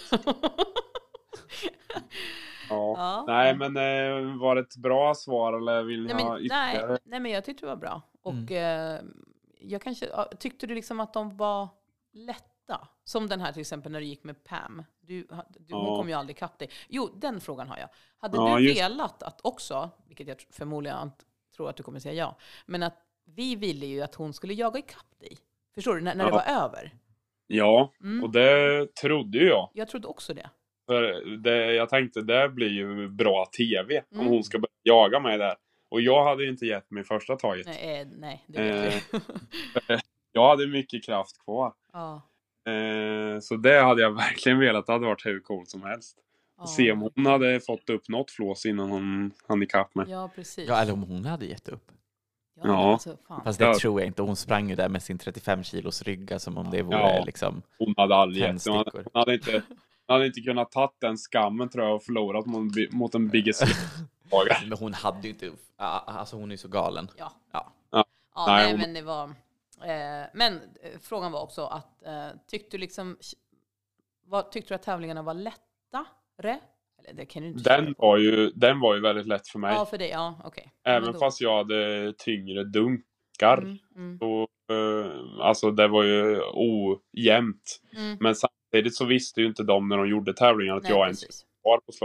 Ja. Ja. Nej, men eh, var det ett bra svar eller vill ni Nej, ha men, ytterligare? nej, nej, men jag tyckte det var bra. Och eh, jag kanske, ja, tyckte du liksom att de var lätta? Som den här till exempel när du gick med Pam. Du, ha- du, hon Ja. kom ju aldrig ikapp dig. Jo, den frågan har jag. Hade Ja, du just- velat att också, vilket jag tr- förmodligen inte tror att du kommer säga ja, men att vi ville ju att hon skulle jaga ikapp dig. Förstår du? När, när det Ja. var över. Ja, Mm. och det trodde ju jag. Jag trodde också det. För det, jag tänkte det blir ju bra tv om Mm. hon ska börja jaga mig där. Och jag hade ju inte gett mig första taget. Nej, eh, nej det vet vi. Jag hade mycket kraft kvar. ja. Eh, så det hade jag verkligen velat. Det hade varit hur coolt som helst. Ja. Se om hon hade fått upp något flås innan hon hann ikapp mig. Ja, precis. Ja, eller om hon hade gett upp. Ja, Ja. Alltså, fan. Fast det Ja. tror jag inte. Hon sprang ju där med sin trettiofem kilos rygga som om det vore Ja. liksom Hon hade aldrig gett sig. Hon hade, tändstickor. hon hade inte, hon hade inte kunnat ta den skammen tror jag och förlorat mot, mot en Biggest Slim-tagare. Men hon hade ju inte... ja, Alltså hon är ju så galen. Ja. Ja. Ja, Nej, nej, hon- men det var... Eh, men eh, frågan var också att eh, tyckte du liksom... Vad, tyckte du att tävlingarna var lättare? Eller det kan du inte svara Den på. var ju, den var ju väldigt lätt för mig. Ja, för dig. Ja, okej. Även Men då- fast jag hade tyngre dunkar. Mm, mm, Så, eh, alltså det var ju ojämnt. mm. Men samtidigt så visste ju inte de när de gjorde tävlingen att Nej, jag ens precis. var på slottet.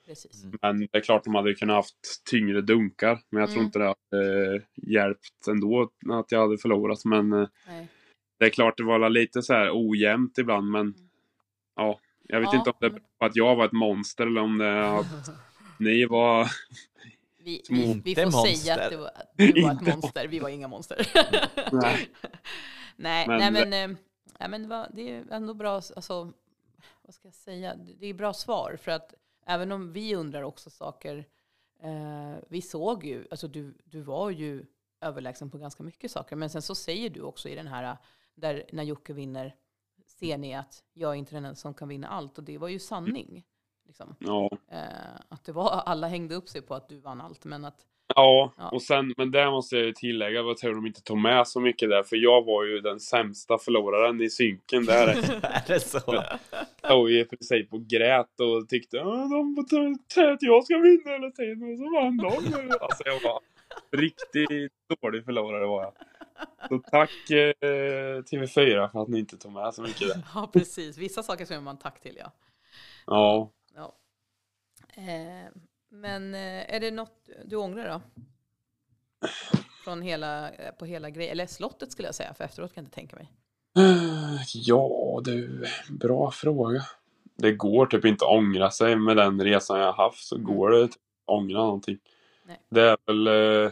Precis. Mm. Men det är klart de hade kunnat haft tyngre dunkar. Men jag tror Mm. inte det hade eh, hjälpt ändå att jag hade förlorat. Men eh, Nej. det är klart det var lite så här ojämnt ibland. Men Mm. ja, jag vet Ja, inte om det är men- för att jag var ett monster eller om det är att ni var... Vi, Små- vi, vi får Inte säga monster. att det var, att du var ett Inte monster. Vi var inga monster. Nej. nej, Men- nej, men, eh, nej, men det, var, det är ändå bra, alltså, vad ska jag säga? Det är bra svar, för att även om vi undrar också saker, eh, vi såg ju, alltså du, du var ju överlägsen på ganska mycket saker, men sen så säger du också i den här, där när Jocke vinner, ser ni att jag är inte den enda som kan vinna allt, och det var ju sanning. Liksom. Ja. Eh, att det var, alla hängde upp sig på att du vann allt, men att Ja, Ja. och sen, men där måste jag ju tillägga, vad tur de inte tog med så mycket där, för jag var ju den sämsta förloraren i synken där. Är det så? Jag var ju i princip och grät och tyckte att de säger att jag ska vinna hela tiden, och så vann de. Alltså jag var riktigt dålig förlorare var jag. Så tack eh, T V fyra för att ni inte tog med så mycket där. Ja, precis. Vissa saker säger man tack till, ja. Ja. ja. Eh, men eh, är det något du ångrar då? Från hela, eh, på hela grejen, eller slottet skulle jag säga, för efteråt kan jag inte tänka mig. Ja, du, bra fråga. Det går typ inte att ångra sig med den resan jag har haft, så Mm. går det typ att ångra någonting. Nej. Det är väl... Eh,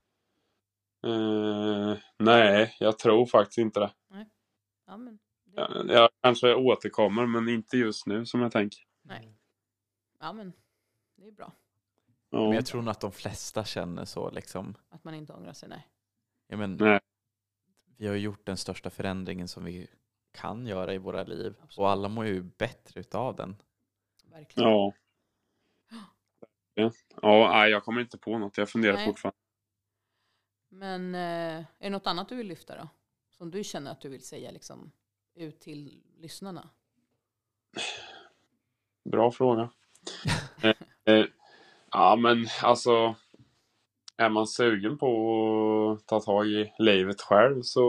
eh, nej, jag tror faktiskt inte det. Ja, men det, Jag, jag kanske återkommer, men inte just nu som jag tänker. nej. Ja, men det är bra Ja. Men jag tror nog att de flesta känner så liksom. att man inte ångrar sig, nej. Ja, men, Nej. vi har ju gjort den största förändringen som vi kan göra i våra liv. Absolut. Och alla mår ju bättre utav den. Verkligen. Ja. Ja, ja nej, jag kommer inte på något. Jag funderar Nej. fortfarande. Men eh, är det något annat du vill lyfta då? Som du känner att du vill säga liksom ut till lyssnarna? Bra fråga. eh, eh, ja, men alltså... Är man sugen på att ta tag i livet själv, så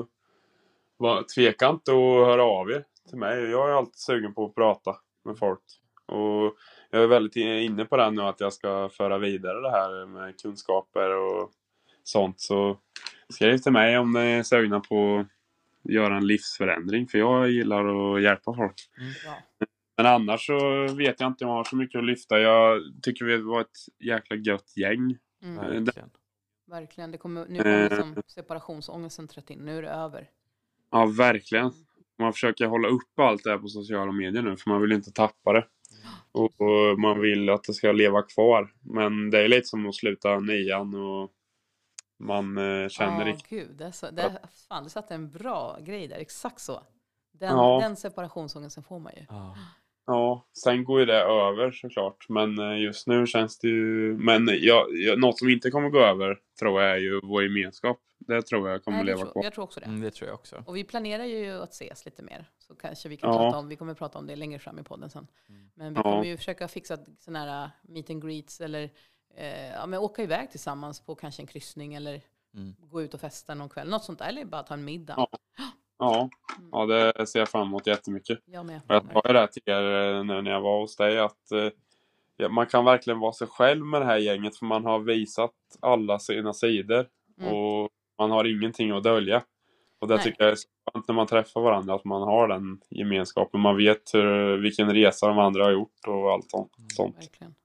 var, tveka inte att höra av er till mig. Jag är alltid sugen på att prata med folk. Och jag är väldigt inne på det nu, att jag ska föra vidare det här med kunskaper och sånt. Så skriv till mig om ni är sugna på att göra en livsförändring. För jag gillar att hjälpa folk. Ja. Men annars så vet jag inte om jag har så mycket att lyfta. Jag tycker vi var ett jäkla gött gäng. Mm. Verkligen. Verkligen. Det kommer, nu har liksom separationsångesten trätt in. Nu är det över. Ja, verkligen. Man försöker hålla upp allt det här på sociala medier nu, för man vill inte tappa det. Och, och man vill att det ska leva kvar. Men det är lite som att sluta nian och man eh, känner Ja, riktigt. gud. Det, är så, det, fan, du satte en bra grej där. Exakt så. Den, Ja. den separationsångesten får man ju. Ja. Ja, sen går ju det över såklart. Men eh, just nu känns det ju... Men jag, jag, något som inte kommer gå över, tror jag, är ju vår gemenskap. Det tror jag kommer Nej, det leva tror, kvar. jag tror också det. Mm, det tror jag också. Och vi planerar ju att ses lite mer. Så kanske vi kan Ja. prata om, vi kommer prata om det längre fram i podden sen. Men vi Ja. kommer ju försöka fixa sådana här meet and greets eller eh, ja, men åka iväg tillsammans på kanske en kryssning eller Mm. gå ut och festa någon kväll. Något sånt där, eller bara ta en middag. Ja. Ja, ja, det ser jag fram emot jättemycket. Jag med. Och jag sa ju det till er nu när jag var hos dig, att eh, ja, man kan verkligen vara sig själv med det här gänget, för man har visat alla sina sidor. Mm. Och man har ingenting att dölja. Och det Nej. tycker jag är så skönt när man träffar varandra, att man har den gemenskapen. Man vet hur, vilken resa de andra har gjort och allt sånt. sånt. Verkligen.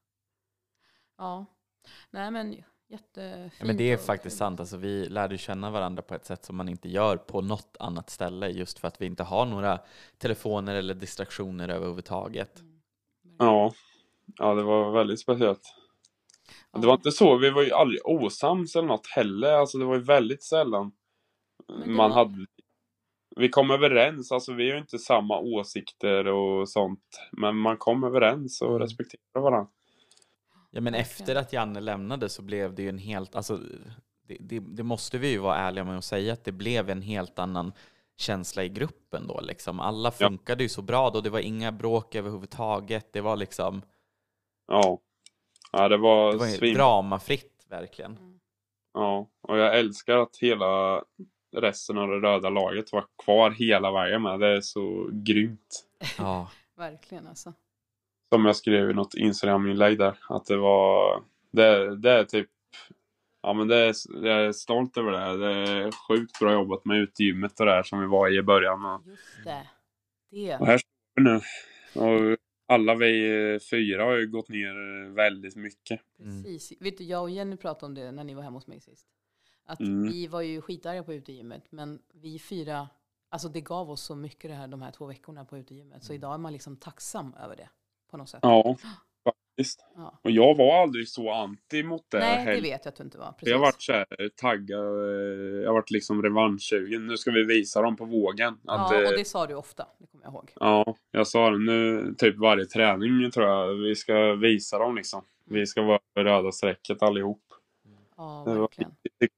Ja. Nej, men jättefint. Ja, men det är och faktiskt kul. sant. Alltså, vi lärde känna varandra på ett sätt som man inte gör på något annat ställe. Just för att vi inte har några telefoner eller distraktioner överhuvudtaget. Ja. Ja, det var väldigt speciellt. Ja. Det var inte så, vi var ju aldrig osams eller något heller. Alltså det var ju väldigt sällan Men det man var- hade... Vi kom överens, alltså vi har ju inte samma åsikter och sånt. Men man kom överens och Mm. respekterade varandra. Ja, men Verkligen. efter att Janne lämnade så blev det ju en helt... Alltså, det, det, det måste vi ju vara ärliga med att säga, att det blev en helt annan känsla i gruppen då. Liksom. Alla Ja. funkade ju så bra då. Det var inga bråk överhuvudtaget. Det var liksom... Ja. Ja, det var, Det var ju svin... dramafritt, verkligen. Ja, och jag älskar att hela resten av det röda laget var kvar hela vägen med. Det är så grymt. Ja. Verkligen alltså. som jag skrev i något Instagram-inlägg där. Att det var... Det, det är typ... Ja, men det är, jag är stolt över det. Det är sjukt bra jobbat med utegymmet och det här som vi var i början. Och, Just det. Det. och här står vi nu. Och alla vi fyra har ju gått ner väldigt mycket. Precis. Vet du, jag och Jenny pratade om det när ni var hemma hos mig sist. Att Mm. vi var ju skitarga på utegymmet. Men vi fyra, alltså det gav oss så mycket det här, de här två veckorna på utegymmet. Så idag är man liksom tacksam över det på något sätt. Ja, faktiskt. Ja. Och jag var aldrig så anti mot det. Nej, heller. det vet jag att du inte var. Precis. Jag har varit så här taggad. Jag har varit liksom revanschsugen. Nu ska vi visa dem på vågen. Att, Ja, och eh, det sa du ofta. Det kommer jag ihåg. ja, jag sa det nu typ varje träning tror jag. Vi ska visa dem liksom. Vi ska vara på röda strecket allihop. Ja, Det var verkligen. viktigt.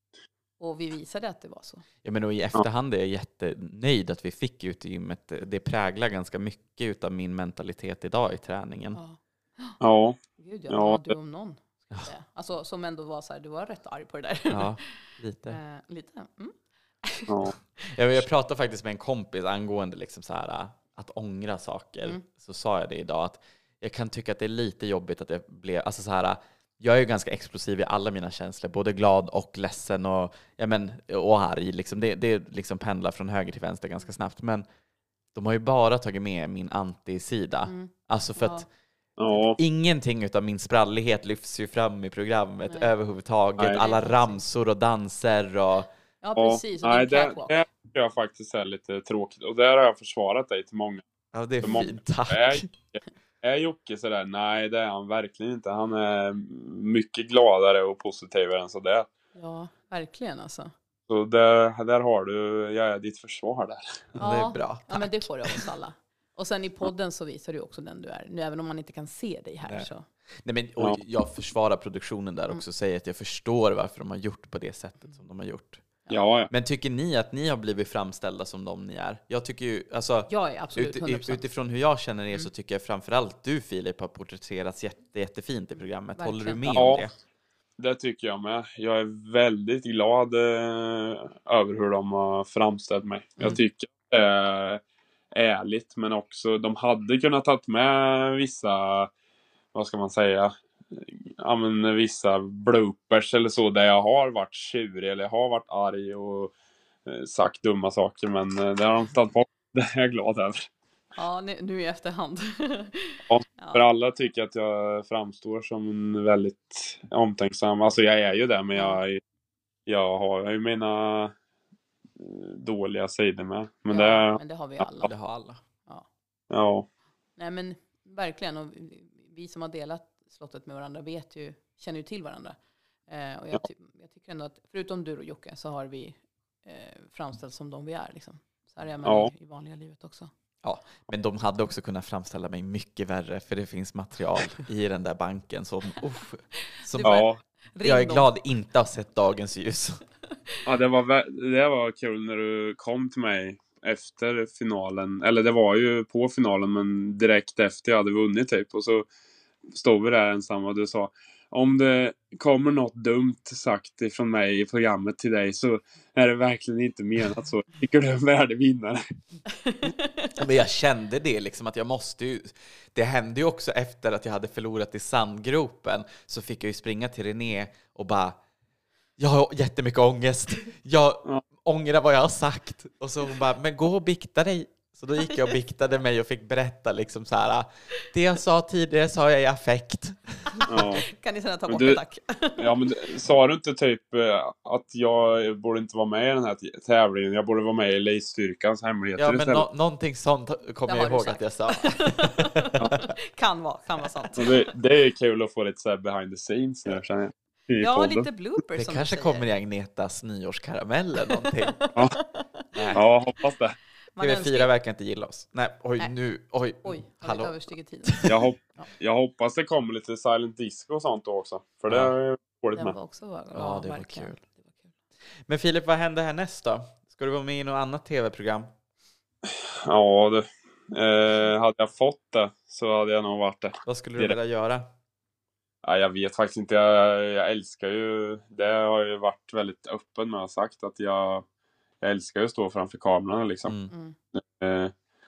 Och vi visade att det var så. Ja, men och i efterhand är jag jättenöjd att vi fick ut i gymmet. Det präglar ganska mycket av min mentalitet idag i träningen. Ja. Ja, Gud, ja, Ja, ja, du om någon. ska jag säga. Alltså, som ändå var så här, du var rätt arg på det där. Ja, lite. Eh, lite. Mm. ja. Jag, jag pratade faktiskt med en kompis angående liksom så här, att ångra saker. Mm. Så sa jag det idag, att jag kan tycka att det är lite jobbigt att jag blev, alltså så här, jag är ju ganska explosiv i alla mina känslor, både glad och ledsen och, ja, men, och arg. Liksom. Det, det liksom pendlar från höger till vänster ganska snabbt. Men de har ju bara tagit med min anti-sida. Mm. Alltså för Ja. att Ja, ingenting av min sprallighet lyfts ju fram i programmet Nej. överhuvudtaget. Nej. Alla ramsor och danser och... Ja, precis. Och nej, det är det, catwalk. det tycker jag faktiskt är lite tråkigt. Och där har jag försvarat dig till många. Ja, det är För många- fint, tack. Är, är Jocke sådär? Nej, det är han verkligen inte. Han är mycket gladare och positivare än sådär. Ja, verkligen alltså. Så där, där har du, jag är ditt försvar där. Ja, det är bra. Ja, men det får du av oss alla. Och sen i podden så visar du också den du är. Nu även om man inte kan se dig här Nej. så. Nej, men, och Ja. jag försvarar produktionen där också och säger att jag förstår varför de har gjort på det sättet som de har gjort. Ja, ja. Men tycker ni att ni har blivit framställda som de ni är? Jag tycker ju, alltså, Jag är absolut ut, hundra procent. utifrån hur jag känner er så tycker jag framförallt du, Filip, har porträtterats jätte, jättefint i programmet. Verkligen. Håller du med Ja. om det? Det tycker jag med. Jag är väldigt glad eh, över hur de har framställt mig. Mm. Jag tycker det är ärligt, men också de hade kunnat ta med vissa, vad ska man säga, ja, men vissa bloopers eller så där jag har varit tjurig eller jag har varit arg och eh, sagt dumma saker, men eh, det har de tagit bort. Det är jag glad över. Ja, nu, nu i efterhand. Ja, Ja. för alla tycker att jag framstår som en väldigt omtänksam. Alltså jag är ju det, men jag, jag har ju mina eh, dåliga sidor med. Men ja, det, men det har vi alla. Det har alla. ja, Nej, men verkligen. Och vi- vi som har delat slottet med varandra vet ju, känner ju till varandra. Eh, och jag, ty- jag tycker ändå att, förutom du och Jocke, så har vi eh, framställts som de vi är. Liksom. Så här är man Ja. i, i vanliga livet också. Men de hade också kunnat framställa mig mycket värre, för det finns material i den där banken som, uff, som Du bara- ja. Ring jag är dem. glad inte har sett dagens ljus. ja det, var, vä- det var kul när du kom till mig efter finalen. Eller det var ju på finalen, men direkt efter jag hade vunnit typ. Och så stod vi där ensamma och du sa, om det kommer något dumt sagt ifrån mig i programmet till dig så är det verkligen inte menat så. Tycker du är en värdig vinnare? Men jag kände det liksom, att jag måste ju, det hände ju också efter att jag hade förlorat i sandgropen, så fick jag ju springa till René och bara, jag har jättemycket ångest, jag Ja. ångrar vad jag har sagt, och så hon bara, men gå och bikta dig. Så då gick jag och biktade mig och fick berätta liksom så här, det jag sa tidigare sa jag i affekt. Ja. Kan ni sedan ta Men bort du- det, tack? Ja, men det- sa du inte typ eh, att jag borde inte vara med i den här t- tävlingen? Jag borde vara med i elitstyrkans hemligheter Ja, men istället. nå- någonting sånt kommer Det jag har du ihåg sagt. att jag sa. kan vara, kan vara sant. Så det, det är kul att få lite så här behind the scenes nu, känner jag. I Ja, podden. lite bloopers Det som kanske du säger. kommer i Agnetas nyårskaramell eller någonting. Nej. Ja, hoppas det. Man T V önskar- fyra verkar inte gilla oss. Nej, oj, Nej. nu, oj, Oj, har vi hallå. överstigit tiden? Jag, hop- Ja. jag hoppas det kommer lite silent disco och sånt då också. För det Ja. är dåligt Den med. var också ja, Ja, det var verkligen. kul. Det var kul. Men Filip, vad händer härnäst då? Ska du vara med i något annat tv-program? Ja, det, eh, hade jag fått det så hade jag nog varit det. Vad skulle du Direkt. vilja göra? Ja, jag vet faktiskt inte. Jag, jag älskar ju... Det har jag ju varit väldigt öppen med och sagt att jag, jag älskar ju att stå framför kameran liksom. Mm. Mm. Eh,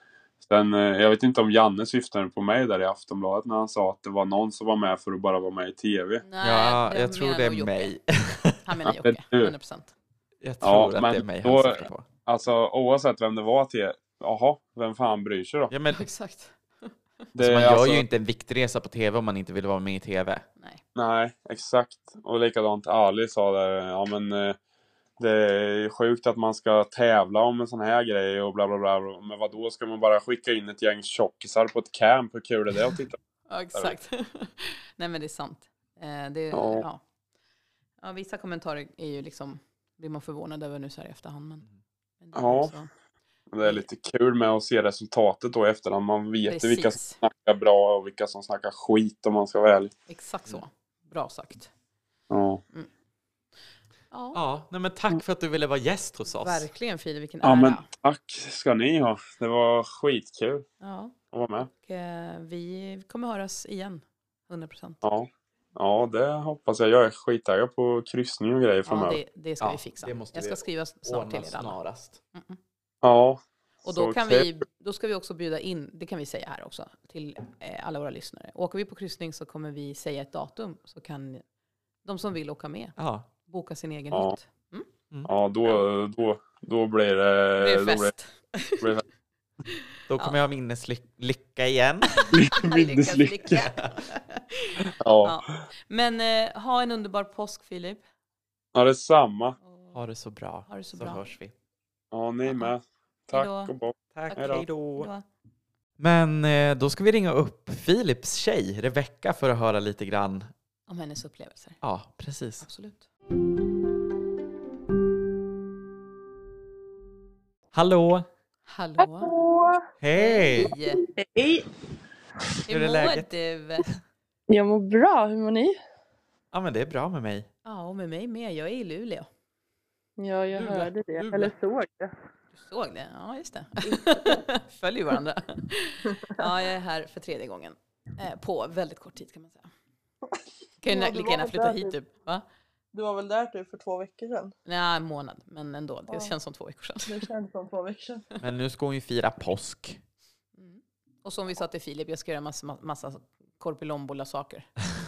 Sen, jag vet inte om Janne syftade på mig där i Aftonbladet när han sa att det var någon som var med för att bara vara med i tv. Nej, ja, jag tror det är Jocke. mig. Han menar Jocke, hundra procent. Jag tror ja, att men det är mig då, han syftar på. Alltså oavsett vem det var till, jaha, vem fan bryr sig då? Ja, men, Exakt. det, så man gör alltså, ju inte en viktresa på tv om man inte vill vara med i tv. Nej. Nej, exakt. Och likadant Ali sa där, ja men det är sjukt att man ska tävla om en sån här grej och bla bla bla. Men vad då ska man bara skicka in ett gäng tjockisar på ett camp? Hur kul är det att titta? Ja, exakt. Nej, men det är sant. Eh, det, ja. Ja. Ja, vissa kommentarer är ju liksom, blir man förvånad över nu så här i efterhand. Men, men det är Ja. också... Det är lite kul med att se resultatet då i efterhand. Man vet Precis. vilka som snackar bra och vilka som snackar skit om man ska vara ärlig. Exakt så. Bra sagt. Ja. Mm. Ja, Ja, nej, men tack för att du ville vara gäst hos oss. verkligen Filip, vilken Ja ära. men tack ska ni ha. Det var skitkul Ja, att vara med. och eh, vi kommer höras igen. hundra procent. Ja. Ja, det hoppas jag. Jag är skitaggad på kryssning och grejer Ja, framöver. det, det ska Ja, vi fixa. det måste Jag ska vi skriva snart Ordna till er alla. snarast. Mm-mm. Ja. Och då, så kan kul. vi, då ska vi också bjuda in, det kan vi säga här också, till eh, alla våra lyssnare. Åker vi på kryssning så kommer vi säga ett datum, så kan de som vill åka med Ja. boka sin egen Ja. hytt. Mm? Ja, då, då, då blir det... Det är då blir fest. blir det Då kommer jag ha minneslycka igen. Lyckas, lycka. Ja. Ja. Men eh, ha en underbar påsk, Filip. Ja, det är samma. Och Ha det så bra. Ha det så så bra. hörs vi. Ja, ni Ja. med. Tack Hejdå. och bra. Tack, Tack. hej då. Ja. Men eh, då ska vi ringa upp Filips tjej, Rebecca, för att höra lite grann. Om hennes upplevelser. Ja, precis. Absolut. Hallå! Hallå. Hej! Hej. Hej! Hur är Hur läget? mår du? Jag mår bra, hur mår ni? Ja, men det är bra med mig. Ja, och med mig med. Jag är i Luleå. Ja, jag Du, hörde det. du. Eller såg det. Du såg det? Ja, just det. Följer varandra. Ja, jag är här för tredje gången. Eh, på väldigt kort tid kan man säga. Kan ju Ja, ja, det lika var gärna väl flytta där hit typ. typ. Va? Du var väl där typ för två veckor sedan? Nej, en månad. Men ändå. Det Ja. känns som två veckor sedan. Det känns som två veckor sedan. Men nu ska hon ju fira påsk. Mm. Och som vi sa till Filip, jag ska göra massa, massa korpilombola saker.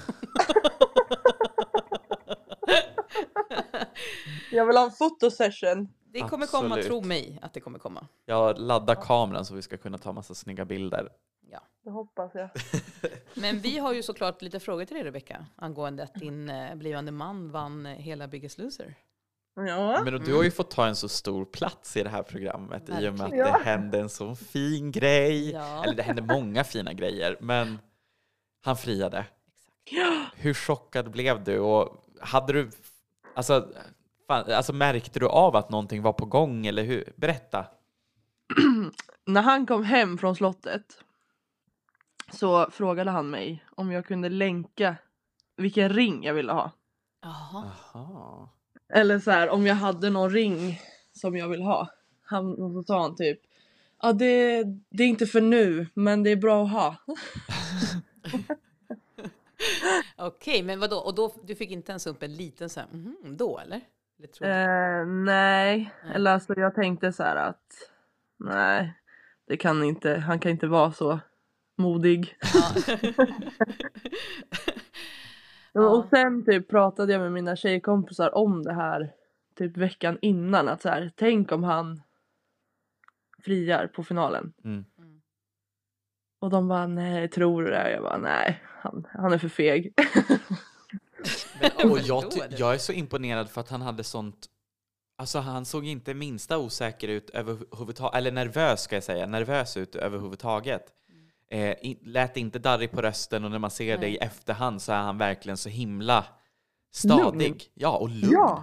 Jag vill ha en fotosession. Det kommer komma, Absolut. tro mig att det kommer komma. Jag laddar kameran så vi ska kunna ta massa snygga bilder. Ja. Det hoppas jag. Men vi har ju såklart lite frågor till dig, Rebecca, angående att din eh, blivande man vann eh, hela Biggest Loser. Ja. Men du har ju fått ta en så stor plats i det här programmet i och med att Verkligen. det hände en så fin grej. Ja. Eller det hände många fina grejer, men han friade. Exakt. Hur chockad blev du? Och hade du, alltså, fan, alltså märkte du av att någonting var på gång eller hur? Berätta. När han kom hem från slottet så frågade han mig om jag kunde länka vilken ring jag ville ha. Jaha. Aha. Eller så här, om jag hade någon ring som jag vill ha. Han, och så sa han typ, ja det, det är inte för nu, men det är bra att ha. Okej, men vadå? Och då, du fick inte ens upp en liten så här, mhm, då eller? eller tror du? Eh, nej, eller alltså jag tänkte så här att nej, det kan inte, han kan inte vara så modig. Ja. Och sen typ pratade jag med mina tjejkompisar om det här typ veckan innan, att så här, tänk om han friar på finalen. Mm. Och de bara, nej, tror du det? Jag bara, nej, han, han är för feg. Men, och jag, förstår ty- det. jag är så imponerad för att han hade sånt. Alltså han såg inte minsta osäker ut överhuvudtaget, eller nervös ska jag säga, nervös ut överhuvudtaget. Eh, in, lät inte darrig på rösten och när man ser det i efterhand så är han verkligen så himla stadig. Lugn. Ja, och lugn. Ja.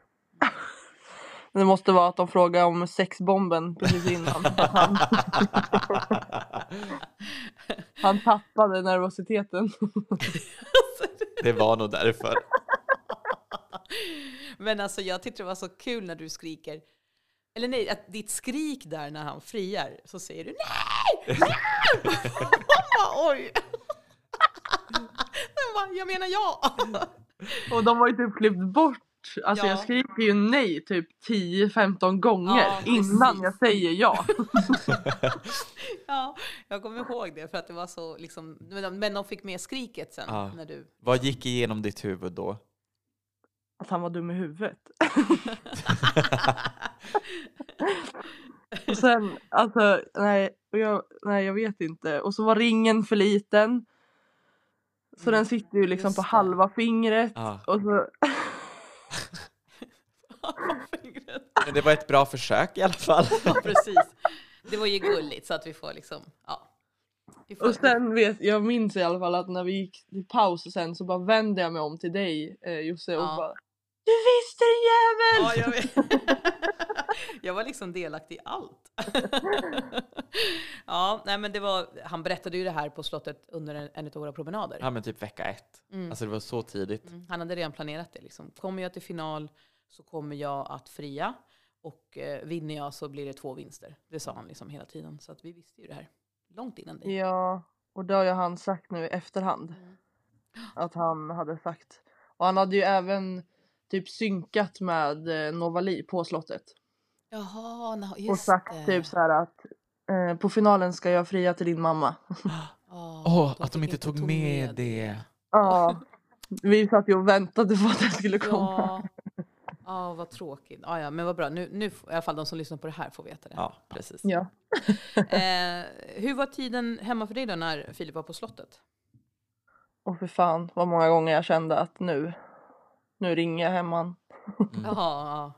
Det måste vara att de frågar om sexbomben precis innan. Han, han tappade nervositeten. Det var nog därför. Men alltså jag tyckte det var så kul när du skriker. Eller nej, att ditt skrik där när han friar, så säger du nej! Nej! Mamma, oj! Den bara, jag menar ja! Och de var ju typ klippt bort svårt. Alltså Ja. jag skriker ju nej typ tio femton gånger Ja, innan precis. jag säger ja. Ja, jag kommer ihåg det för att det var så liksom, men- men de fick med skriket sen Ja. när du... Vad gick igenom ditt huvud då? Att han var dum i huvudet. Och sen, alltså, nej jag, nej, jag vet inte. Och så var ringen för liten. Så Mm, den sitter ju liksom just på det. halva fingret. Ja. Och så, Fingret. Men det var ett bra försök i alla fall. Ja, precis. Det var ju gulligt så att vi får liksom, ja. Vi får, och sen vet jag minns i alla fall att när vi gick till paus och sen så bara vände jag mig om till dig eh, Josse och Ja. bara du visste din jävel! Ja, jag vet. Jag var liksom delaktig i allt. Ja, nej men det var, han berättade ju det här på slottet under en, en av våra promenader. Ja, men typ vecka ett. Mm. Alltså det var så tidigt. Mm, han hade redan planerat det. Liksom. Kommer jag till final så kommer jag att fria. Och eh, vinner jag så blir det två vinster. Det sa han liksom hela tiden. Så att vi visste ju det här långt innan det. Ja, och det har ju han sagt nu i efterhand. Mm. Att han hade sagt. Och han hade ju även typ synkat med eh, Novali på slottet. Jaha, na, just Och sagt det. typ så här att eh, på finalen ska jag fria till din mamma. Åh, Åh, de att de fick inte tog med det. Ja, vi satt ju och väntade på att det skulle komma. Ja, ja vad tråkigt. Ja, ja, men vad bra. Nu, nu får i alla fall de som lyssnar på det här får veta det. Ja, precis. Ja. Eh, hur var tiden hemma för dig då när Filip var på slottet? Och för fan vad många gånger jag kände att nu, nu ringer jag hem han. Mm. Jaha,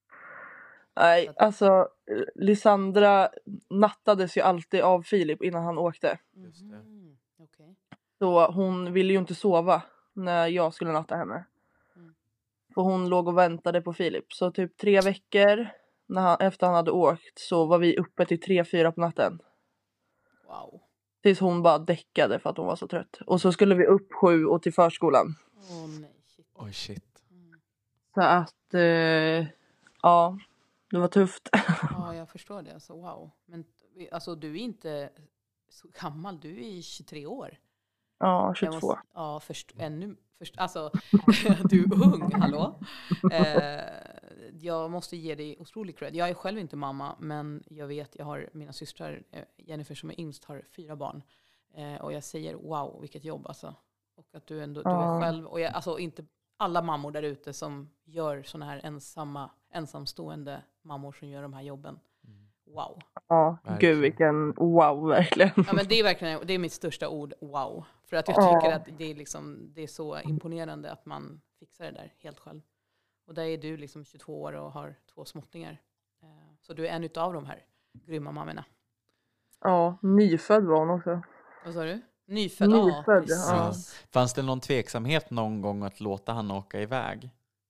Nej, alltså Lisandra nattades ju alltid av Filip innan han åkte. ja. Just det. Mhm, okej. Så hon ville ju inte sova när jag skulle natta henne. Mm. För hon låg och väntade på Filip. Så typ tre veckor när han, efter han hade åkt så var vi uppe till tre, fyra på natten. Wow. Tills hon bara däckade för att hon var så trött. Och så skulle vi upp sju och till förskolan. Åh nej, shit. Oj, shit. Mm. Så att, eh, ja, det var tufft. Ja, jag förstår det. Alltså, wow. Men alltså, du är inte så gammal. Du är tjugotre år. Ja, Jag tjugotvå. måste, ja, först, ännu, först, alltså, du är ung, hallå? Eh, jag måste ge dig otrolig cred. Jag är själv inte mamma, men jag vet, jag har mina systrar, eh, Jennifer som är yngst, har fyra barn. Eh, och jag säger, wow, vilket jobb alltså. Och att du ändå, du är Ja. själv, och jag, alltså inte alla mammor där ute som gör såna här ensamma, ensamstående mammor som gör de här jobben. Wow. Ja, Verkligen. gud vilken wow verkligen. Ja, men det är verkligen, det är mitt största ord, wow. För att jag Ja. tycker att det är, liksom, det är så imponerande att man fixar det där helt själv. Och där är du liksom tjugotvå år och har två småttingar. Eh, Så du är en utav de här grymma mammorna. Ja, nyfödd var hon också. Vad sa du? Nyfödd? Nyfödd, ja, ja. precis. Fanns det någon tveksamhet någon gång att låta han åka iväg?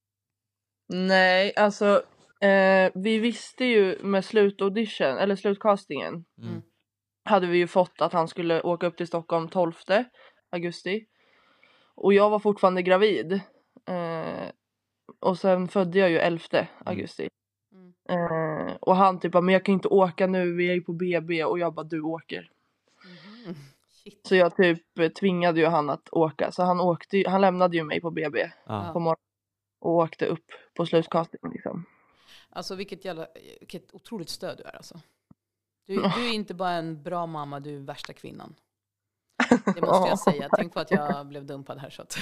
Nej, alltså eh, vi visste ju med slutaudition, eller slutcastingen. Mm. Hade vi ju fått att han skulle åka upp till Stockholm tolfte augusti. Och jag var fortfarande gravid. Eh, och sen födde jag ju elfte augusti. Mm. Eh, och han typ bara, men jag kan inte åka nu, vi är ju på B B. Och jag bara, du åker. Mhm. Shit. Så jag typ eh, tvingade ju han att åka. Så han åkte ju- han lämnade ju mig på B B Ja. på morgonen. Och åkte upp på slutcastingen liksom. Alltså vilket, jävla, vilket otroligt stöd du är alltså. Du, du är inte bara en bra mamma, du är värsta kvinnan. Det måste jag säga. Tänk på att jag blev dumpad här så att...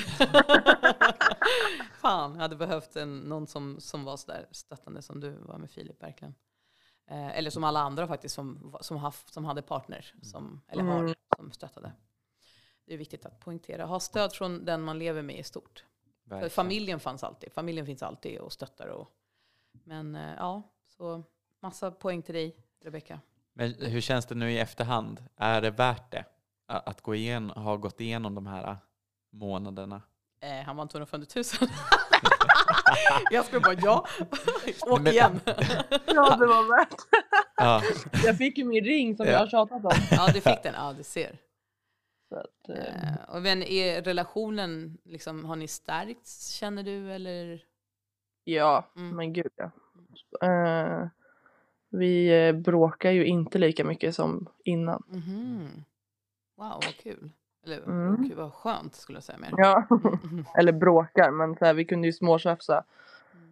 Fan, jag hade behövt en, någon som, som var så där stöttande som du var med Filip verkligen. Eh, eller som alla andra faktiskt som, som, haft, som hade partner som, eller har, Mm. som stöttade. Det är viktigt att poängtera. Ha stöd från den man lever med i stort. För Verkligen. familjen fanns alltid. Familjen finns alltid och stöttar. Och, men eh, ja, så massa poäng till dig, Rebecka. Men hur känns det nu i efterhand? Är det värt det? A- Att gå igen, ha gått igenom de här månaderna? Eh, han vann tvåhundrafemtio tusen. Jag skulle bara, ja, åk Men- igen. Ja, det var värt. Ja. Jag fick ju min ring som Ja. jag har tjatat om. Ja, du fick den. Ja, du ser. Så att, eh, Eh, och men är relationen, liksom, har ni stärkts, känner du? Eller? ja, Mm. men gud ja. Eh, vi eh, bråkar ju inte lika mycket som innan. Mhm. Wow, vad kul. Eller Mm. vad kul, vad skönt skulle jag säga mer. Ja, Mhm. eller bråkar, men så här, vi kunde ju småtjafsa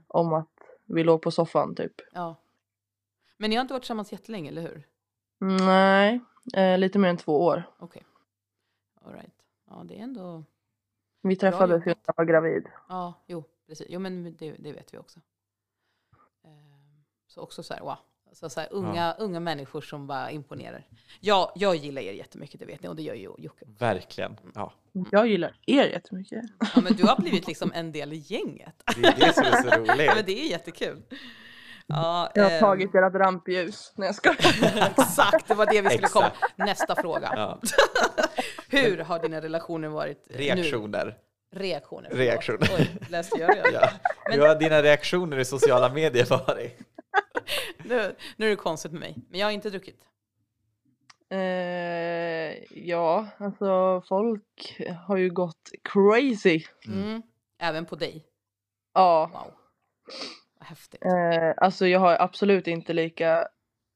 om att vi låg på soffan typ. Ja. Men ni har inte varit tillsammans jättelänge, eller hur? Nej, eh, lite mer än två år. Okej. Okay. All right. Ja, det är ändå... Vi träffades ju när jag var gravid. Ja, jo, precis. Jo, men det, det vet vi också. Eh, så också så här, wow. Så, så här, unga, ja. unga människor som bara imponerar. Ja, jag gillar er jättemycket, det vet ni. Och det gör ju Jocke. Verkligen, ja. Jag gillar er jättemycket. Ja, men du har blivit liksom en del i gänget. Det är det som är så roligt. Ja, men det är jättekul. Ja, jag har eh, tagit ert rampljus när jag ska. Exakt, det var det vi skulle Exakt. komma. Nästa fråga. Ja. Hur har dina relationer varit? Reaktioner. Nu? Reaktioner. Reaktioner. Oj, läste jag det? Ja. Men... Hur har dina reaktioner i sociala medier varit? nu, nu är det konstigt med mig. Men jag har inte druckit. Eh, ja, alltså folk har ju gått crazy. Mm. Även på dig? Ja. Wow. Vad häftigt. Eh, alltså jag har absolut inte lika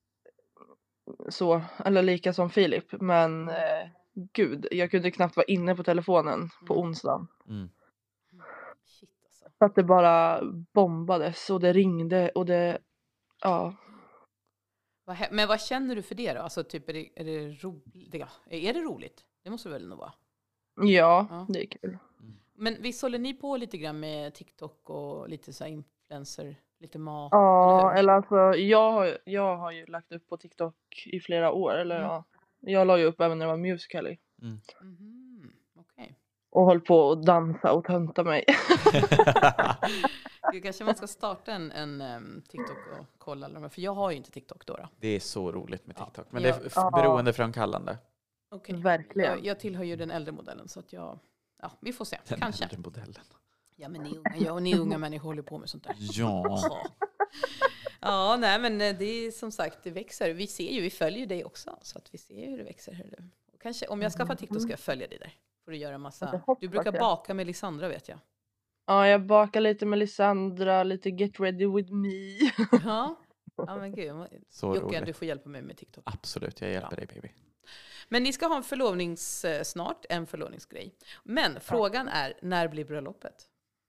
så, eller lika som Filip. Men eh, gud, jag kunde knappt vara inne på telefonen på onsdagen. Mm. Shit alltså. För att det bara bombades och det ringde och det, ja. Men vad känner du för det då? Alltså typ är det, är det roligt? Ja, är det roligt? Det måste det väl nog vara? Ja, ja, det är kul. Men visst håller ni på lite grann med TikTok och lite så här influencer, lite mat? Ja, eller, eller alltså jag, har- jag har ju lagt upp på TikTok i flera år. Eller Mm. ja, jag la ju upp även när det var Musical.ly. Mm. Mhm, okej. Och höll på att dansa och tönta mig. Gud, kanske man ska starta en, en um, TikTok och kolla alla de här. För jag har ju inte TikTok då. då. Det är så roligt med TikTok. Men Ja. det är f- beroendeframkallande. Okay. Verkligen. Jag, jag tillhör ju den äldre modellen så att jag, ja, vi får se. Den Kanske. äldre modellen. Ja, men ni unga, jag och ni unga människor håller på med sånt där. Ja. Ja. Ja, nej, men det är som sagt, det växer. Vi ser ju, vi följer dig också. Så att vi ser ju hur det växer. Hur det... Och kanske, om jag skaffar TikTok ska jag följa dig där. Får du göra Det massa... hoppas Du brukar jag. baka med Lisandra, vet jag. Ja, jag bakar lite med Lisandra, lite Get Ready With Me. Ja, ja men gud. Så Jocke, roligt. du får hjälpa mig med TikTok. Absolut, jag hjälper Ja. dig baby. Men ni ska ha en förlovnings eh, snart, en förlovningsgrej. Men frågan är, när blir bröllopet?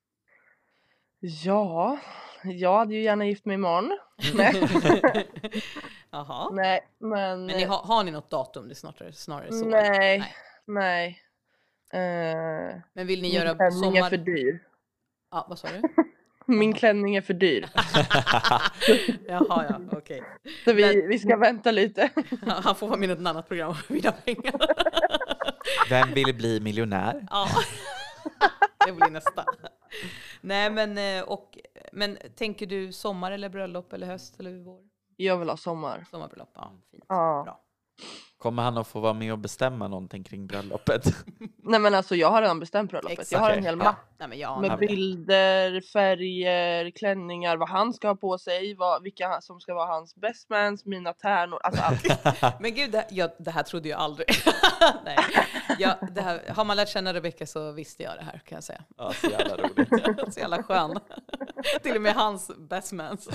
Ja, jag hade ju gärna gift mig imorgon. Nej, Jaha. nej, men... Men ni har, har ni något datum? Det är snarare, snarare så. Nej, Nej. nej. Eh, Men vill ni min göra klänning sommar... är för dyr. Ja, vad sa du? Min klänning är för dyr. Jaha, ja, okej. Så vi, Men- vi ska vänta lite. Han får vara med i ett annat program och vinna pengar. Vem vill bli miljonär? Ja, det blir nästa. Nej, men, eh, och, men tänker du sommar eller bröllop eller höst eller vår? Jag vill ha sommar. Sommarbröllop, ja, fint. Ja. Bra. Kommer han att få vara med och bestämma någonting kring bröllopet? Nej men alltså jag har redan bestämt bröllopet. Exakt. Jag har en Okej, hel ja. mapp Nej, men jag med anar. Okej. bilder, färger, klänningar, vad han ska ha på sig, vad, vilka som ska vara hans best mans, mina tärnor, alltså allt. Men gud, det, här- jag, det här trodde jag aldrig. Nej. Jag, det här, har man lärt känna Rebecca så visste jag det här, kan jag säga. Ja, så jävla roligt. Så jävla skön. Till och med hans best mans.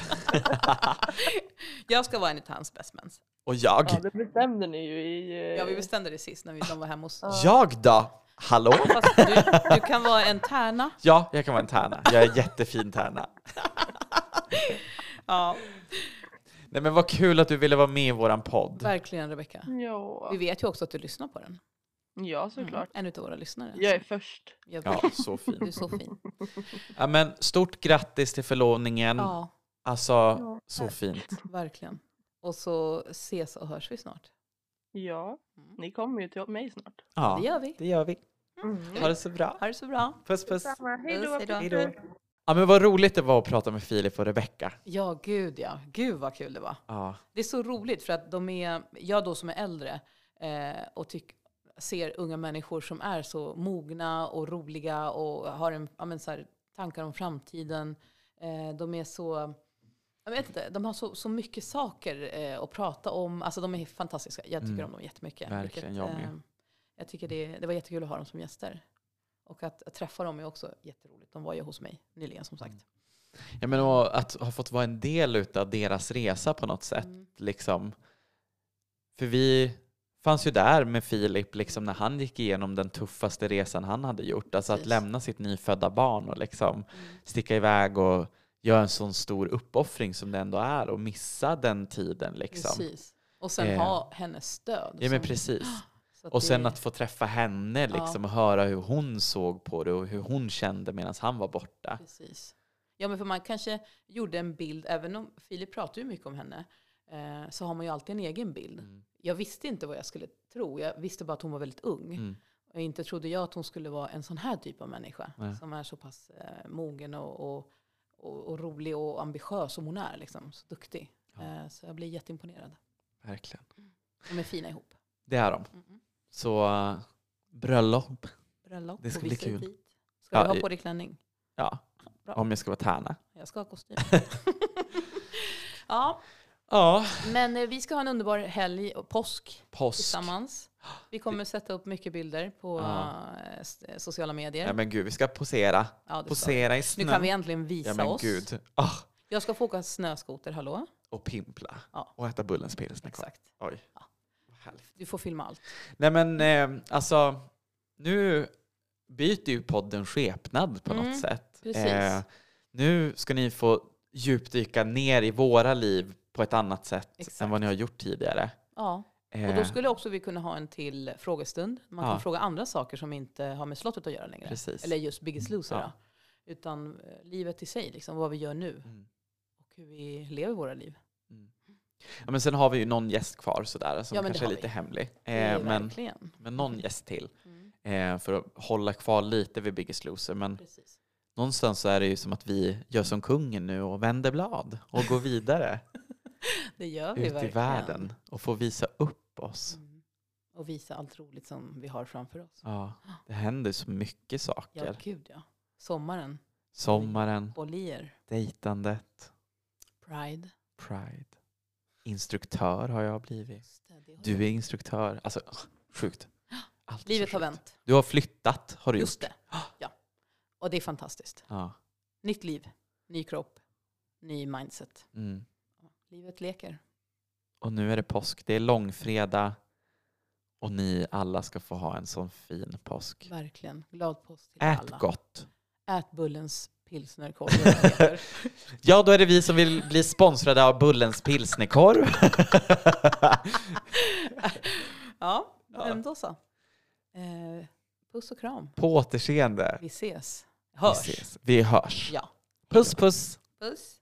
Jag ska vara en av hans best mans. Och jag? Ja, det bestämde ni ju i... eh, Ja, vi bestämde det sist när vi de var hemma hos oss. Jag då? Hallå? Fast du, du kan vara en tärna. Ja, jag kan vara en tärna. Jag är en jättefin tärna. Ja, Nej, men vad kul att du ville vara med i våran podd. verkligen Rebecca. Ja, Vi vet ju också att du lyssnar på den. ja såklart. En utav våra lyssnare. Jag är först. Jag Ja, vet. så Du är fint. så fin. Ja, men stort grattis till förlovningen. Ja, Alltså, så fint. verkligen. Och så ses och hörs vi snart. Ja, ni kommer ju till mig snart. Ja, Det gör vi. det gör vi. Mm. Ha det så bra. Ha det så bra. Puss, puss. Hej då. Hej då. Hej då. Ja, men vad roligt det var att prata med Filip och Rebecca. Ja, gud ja. Gud vad kul det var. Ja, Det är så roligt för att de är, jag då som är äldre eh, och tyck, ser unga människor som är så mogna och roliga och har en, ja, men så här, tankar om framtiden. Eh, de är så, jag vet inte, de har så, så mycket saker eh, att prata om. Alltså de är fantastiska. Jag tycker Mm. om dem jättemycket. Verkligen, jag med. eh, jag tycker det, det var jättekul att ha dem som gäster. Och att, att träffa dem är också jätteroligt. De var ju hos mig nyligen som sagt. ja men och att ha fått vara en del av deras resa på något sätt. Mm. Liksom. För vi fanns ju där med Filip liksom, när han gick igenom den tuffaste resan han hade gjort. Alltså att Precis. lämna sitt nyfödda barn och liksom Mm. sticka iväg och göra en sån stor uppoffring som det ändå är och missa den tiden liksom. Precis. Och sen Eh. ha hennes stöd. Ja men som- precis. så att Och sen det- att få träffa henne liksom, och höra hur hon såg på det och hur hon kände medan han var borta. Precis. Ja, men för man kanske gjorde en bild, även om Filip pratar ju mycket om henne, eh, så har man ju alltid en egen bild. Mm. Jag visste inte vad jag skulle tro. Jag visste bara att hon var väldigt ung. Mm. Och inte trodde jag att hon skulle vara en sån här typ av människa. Nej. Som är så pass eh, mogen och, och, och, och rolig och ambitiös som hon är. Liksom, så duktig. Ja. Eh, så jag blir jätteimponerad. Verkligen. De är fina ihop. Det är de. Mm-mm. Så uh, bröllop. Bröllop. Det ska och bli visit kul. dit. Ska Ja, du ha i- på dig klänning? Ja, Bra. om jag ska vara tärna. Jag ska ha kostym. Ja, Ja, men eh, vi ska ha en underbar helg och påsk påsk. tillsammans. Vi kommer sätta upp mycket bilder på Ja. eh, s- sociala medier. Ja men gud, vi ska posera. Ja, det ska vi. Posera i snön. Nu kan vi äntligen visa Ja men oss. gud. Ah, Jag ska få åka snöskoter, hallå? och pimpla. Ja. Och äta Bullens pilsner. Exakt. Oj. Ja. Vad härligt. Du får filma allt. Nej men eh, alltså, nu byter ju podden skepnad på Mm, något sätt. precis. Nu ska ni få djupdyka ner i våra liv på ett annat sätt Exakt. än vad ni har gjort tidigare. Ja, och Eh, då skulle också vi kunna ha en till frågestund. Man kan Ja. fråga andra saker som inte har med slottet att göra längre. Precis. Eller just Biggest Loser. Ja. då. Utan eh, livet i sig, liksom, vad vi gör nu. Mm. Och hur vi lever våra liv. Mm. Ja, men sen har vi ju någon gäst kvar sådär, som Ja, men det kanske är har lite vi. hemlig. Det är Eh, men, verkligen. men någon gäst till. Mm, Eh, för att hålla kvar lite vid Biggest Loser. Men precis. någonstans så är det ju som att vi gör som kungen nu och vänder blad och går vidare Det gör vi ut i verkligen. världen och får visa upp oss. Mm. Och visa allt roligt som vi har framför oss. Ja, det händer så mycket Ja, saker. gud ja. Sommaren, Sommaren, bollier, dejtandet, Pride. Pride. Instruktör har jag blivit. Just det, det har Du jag. är instruktör. Alltså, sjukt. Allt är så Livet har sjukt. vänt. Du har flyttat, har du Just gjort. det. Ja. Och det är fantastiskt. Ja. Nytt liv, ny kropp, ny mindset. Mm. Livet leker. Och nu är det påsk. Det är långfredag. Och ni alla ska få ha en sån fin påsk. Verkligen. Glad påsk till Ät alla. gott. Ät Bullens pilsnerkorv. eller vad det heter. Ja, då är det vi som vill bli sponsrade av Bullens pilsnerkorv. Ja, Ja. men då så. Eh, puss och kram. På återseende. Vi ses. Vi Hörs. ses. Vi hörs. Ja. Puss puss. Puss.